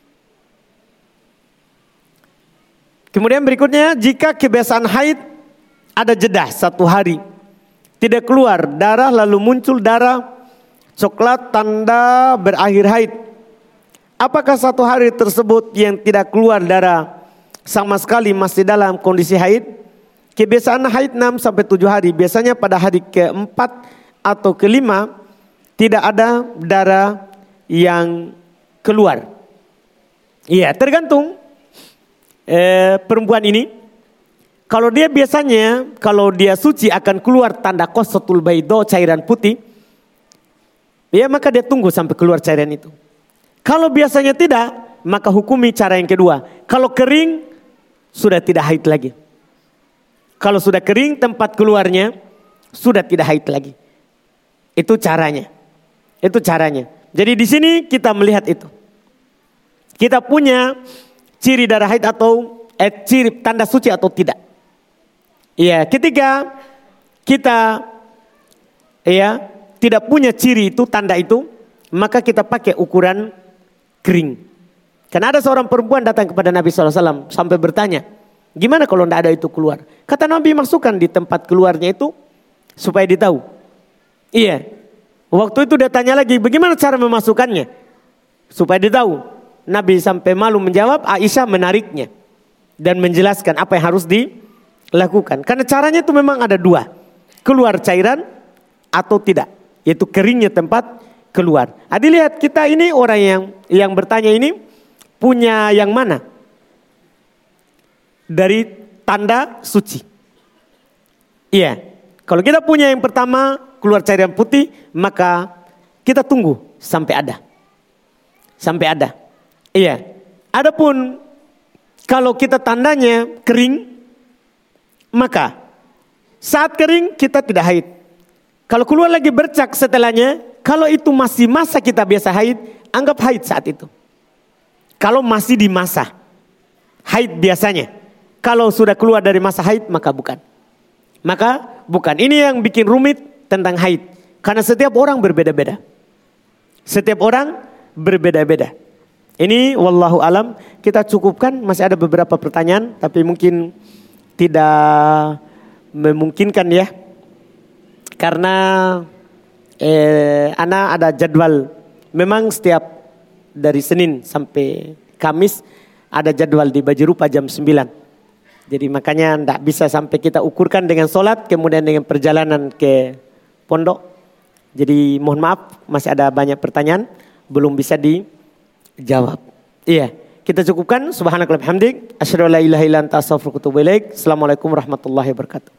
Kemudian berikutnya, jika kebiasaan haid ada jeda 1 hari, tidak keluar darah lalu muncul darah coklat tanda berakhir haid. Apakah 1 hari tersebut yang tidak keluar darah sama sekali masih dalam kondisi haid? Kebiasaan haid 6 sampai 7 hari. Biasanya pada hari ke-4 atau ke-5 tidak ada darah yang keluar. Iya, tergantung perempuan ini. Kalau dia biasanya, kalau dia suci akan keluar tanda qosatul baydo, cairan putih. Ya, maka dia tunggu sampai keluar cairan itu. Kalau biasanya tidak, maka hukumi cara yang kedua. Kalau kering, sudah tidak haid lagi. Kalau sudah kering tempat keluarnya, sudah tidak haid lagi. Itu caranya. Itu caranya. Jadi di sini kita melihat itu. Kita punya ciri darah haid atau ciri tanda suci atau tidak. Iya, ketika kita tidak punya ciri itu, tanda itu, maka kita pakai ukuran kering. Karena ada seorang perempuan datang kepada Nabi SAW sampai bertanya, gimana kalau tidak ada itu keluar? Kata Nabi, masukkan di tempat keluarnya itu supaya ditahu. Iya. Waktu itu dia tanya lagi, bagaimana cara memasukkannya? Supaya ditahu. Nabi sampai malu menjawab, Aisyah menariknya. Dan menjelaskan apa yang harus dilakukan. Karena caranya itu memang ada 2. Keluar cairan atau tidak. Yaitu keringnya tempat keluar. Dilihat kita ini orang yang bertanya ini punya yang mana? Dari tanda suci. Iya. Kalau kita punya yang pertama keluar cairan putih, maka kita tunggu sampai ada. Sampai ada. Iya. Adapun kalau kita tandanya kering, maka saat kering kita tidak haid. Kalau keluar lagi bercak setelahnya, kalau itu masih masa kita biasa haid, anggap haid saat itu. Kalau masih di masa haid biasanya. Kalau sudah keluar dari masa haid, maka bukan. Maka bukan. Ini yang bikin rumit tentang haid. Karena setiap orang berbeda-beda. Setiap orang berbeda-beda. Ini wallahu alam, kita cukupkan, masih ada beberapa pertanyaan tapi mungkin tidak memungkinkan ya. Karena ana ada jadwal. Memang setiap dari Senin sampai Kamis ada jadwal di Baju Rupa jam 9. Jadi makanya tidak bisa sampai kita ukurkan dengan sholat kemudian dengan perjalanan ke pondok. Jadi mohon maaf masih ada banyak pertanyaan belum bisa dijawab. Iya, kita cukupkan. Subhanakallahumma hamdik, asyhadu an la ilaha illa anta astaghfiruka wa atubu ilaik. Assalamualaikum warahmatullahi wabarakatuh.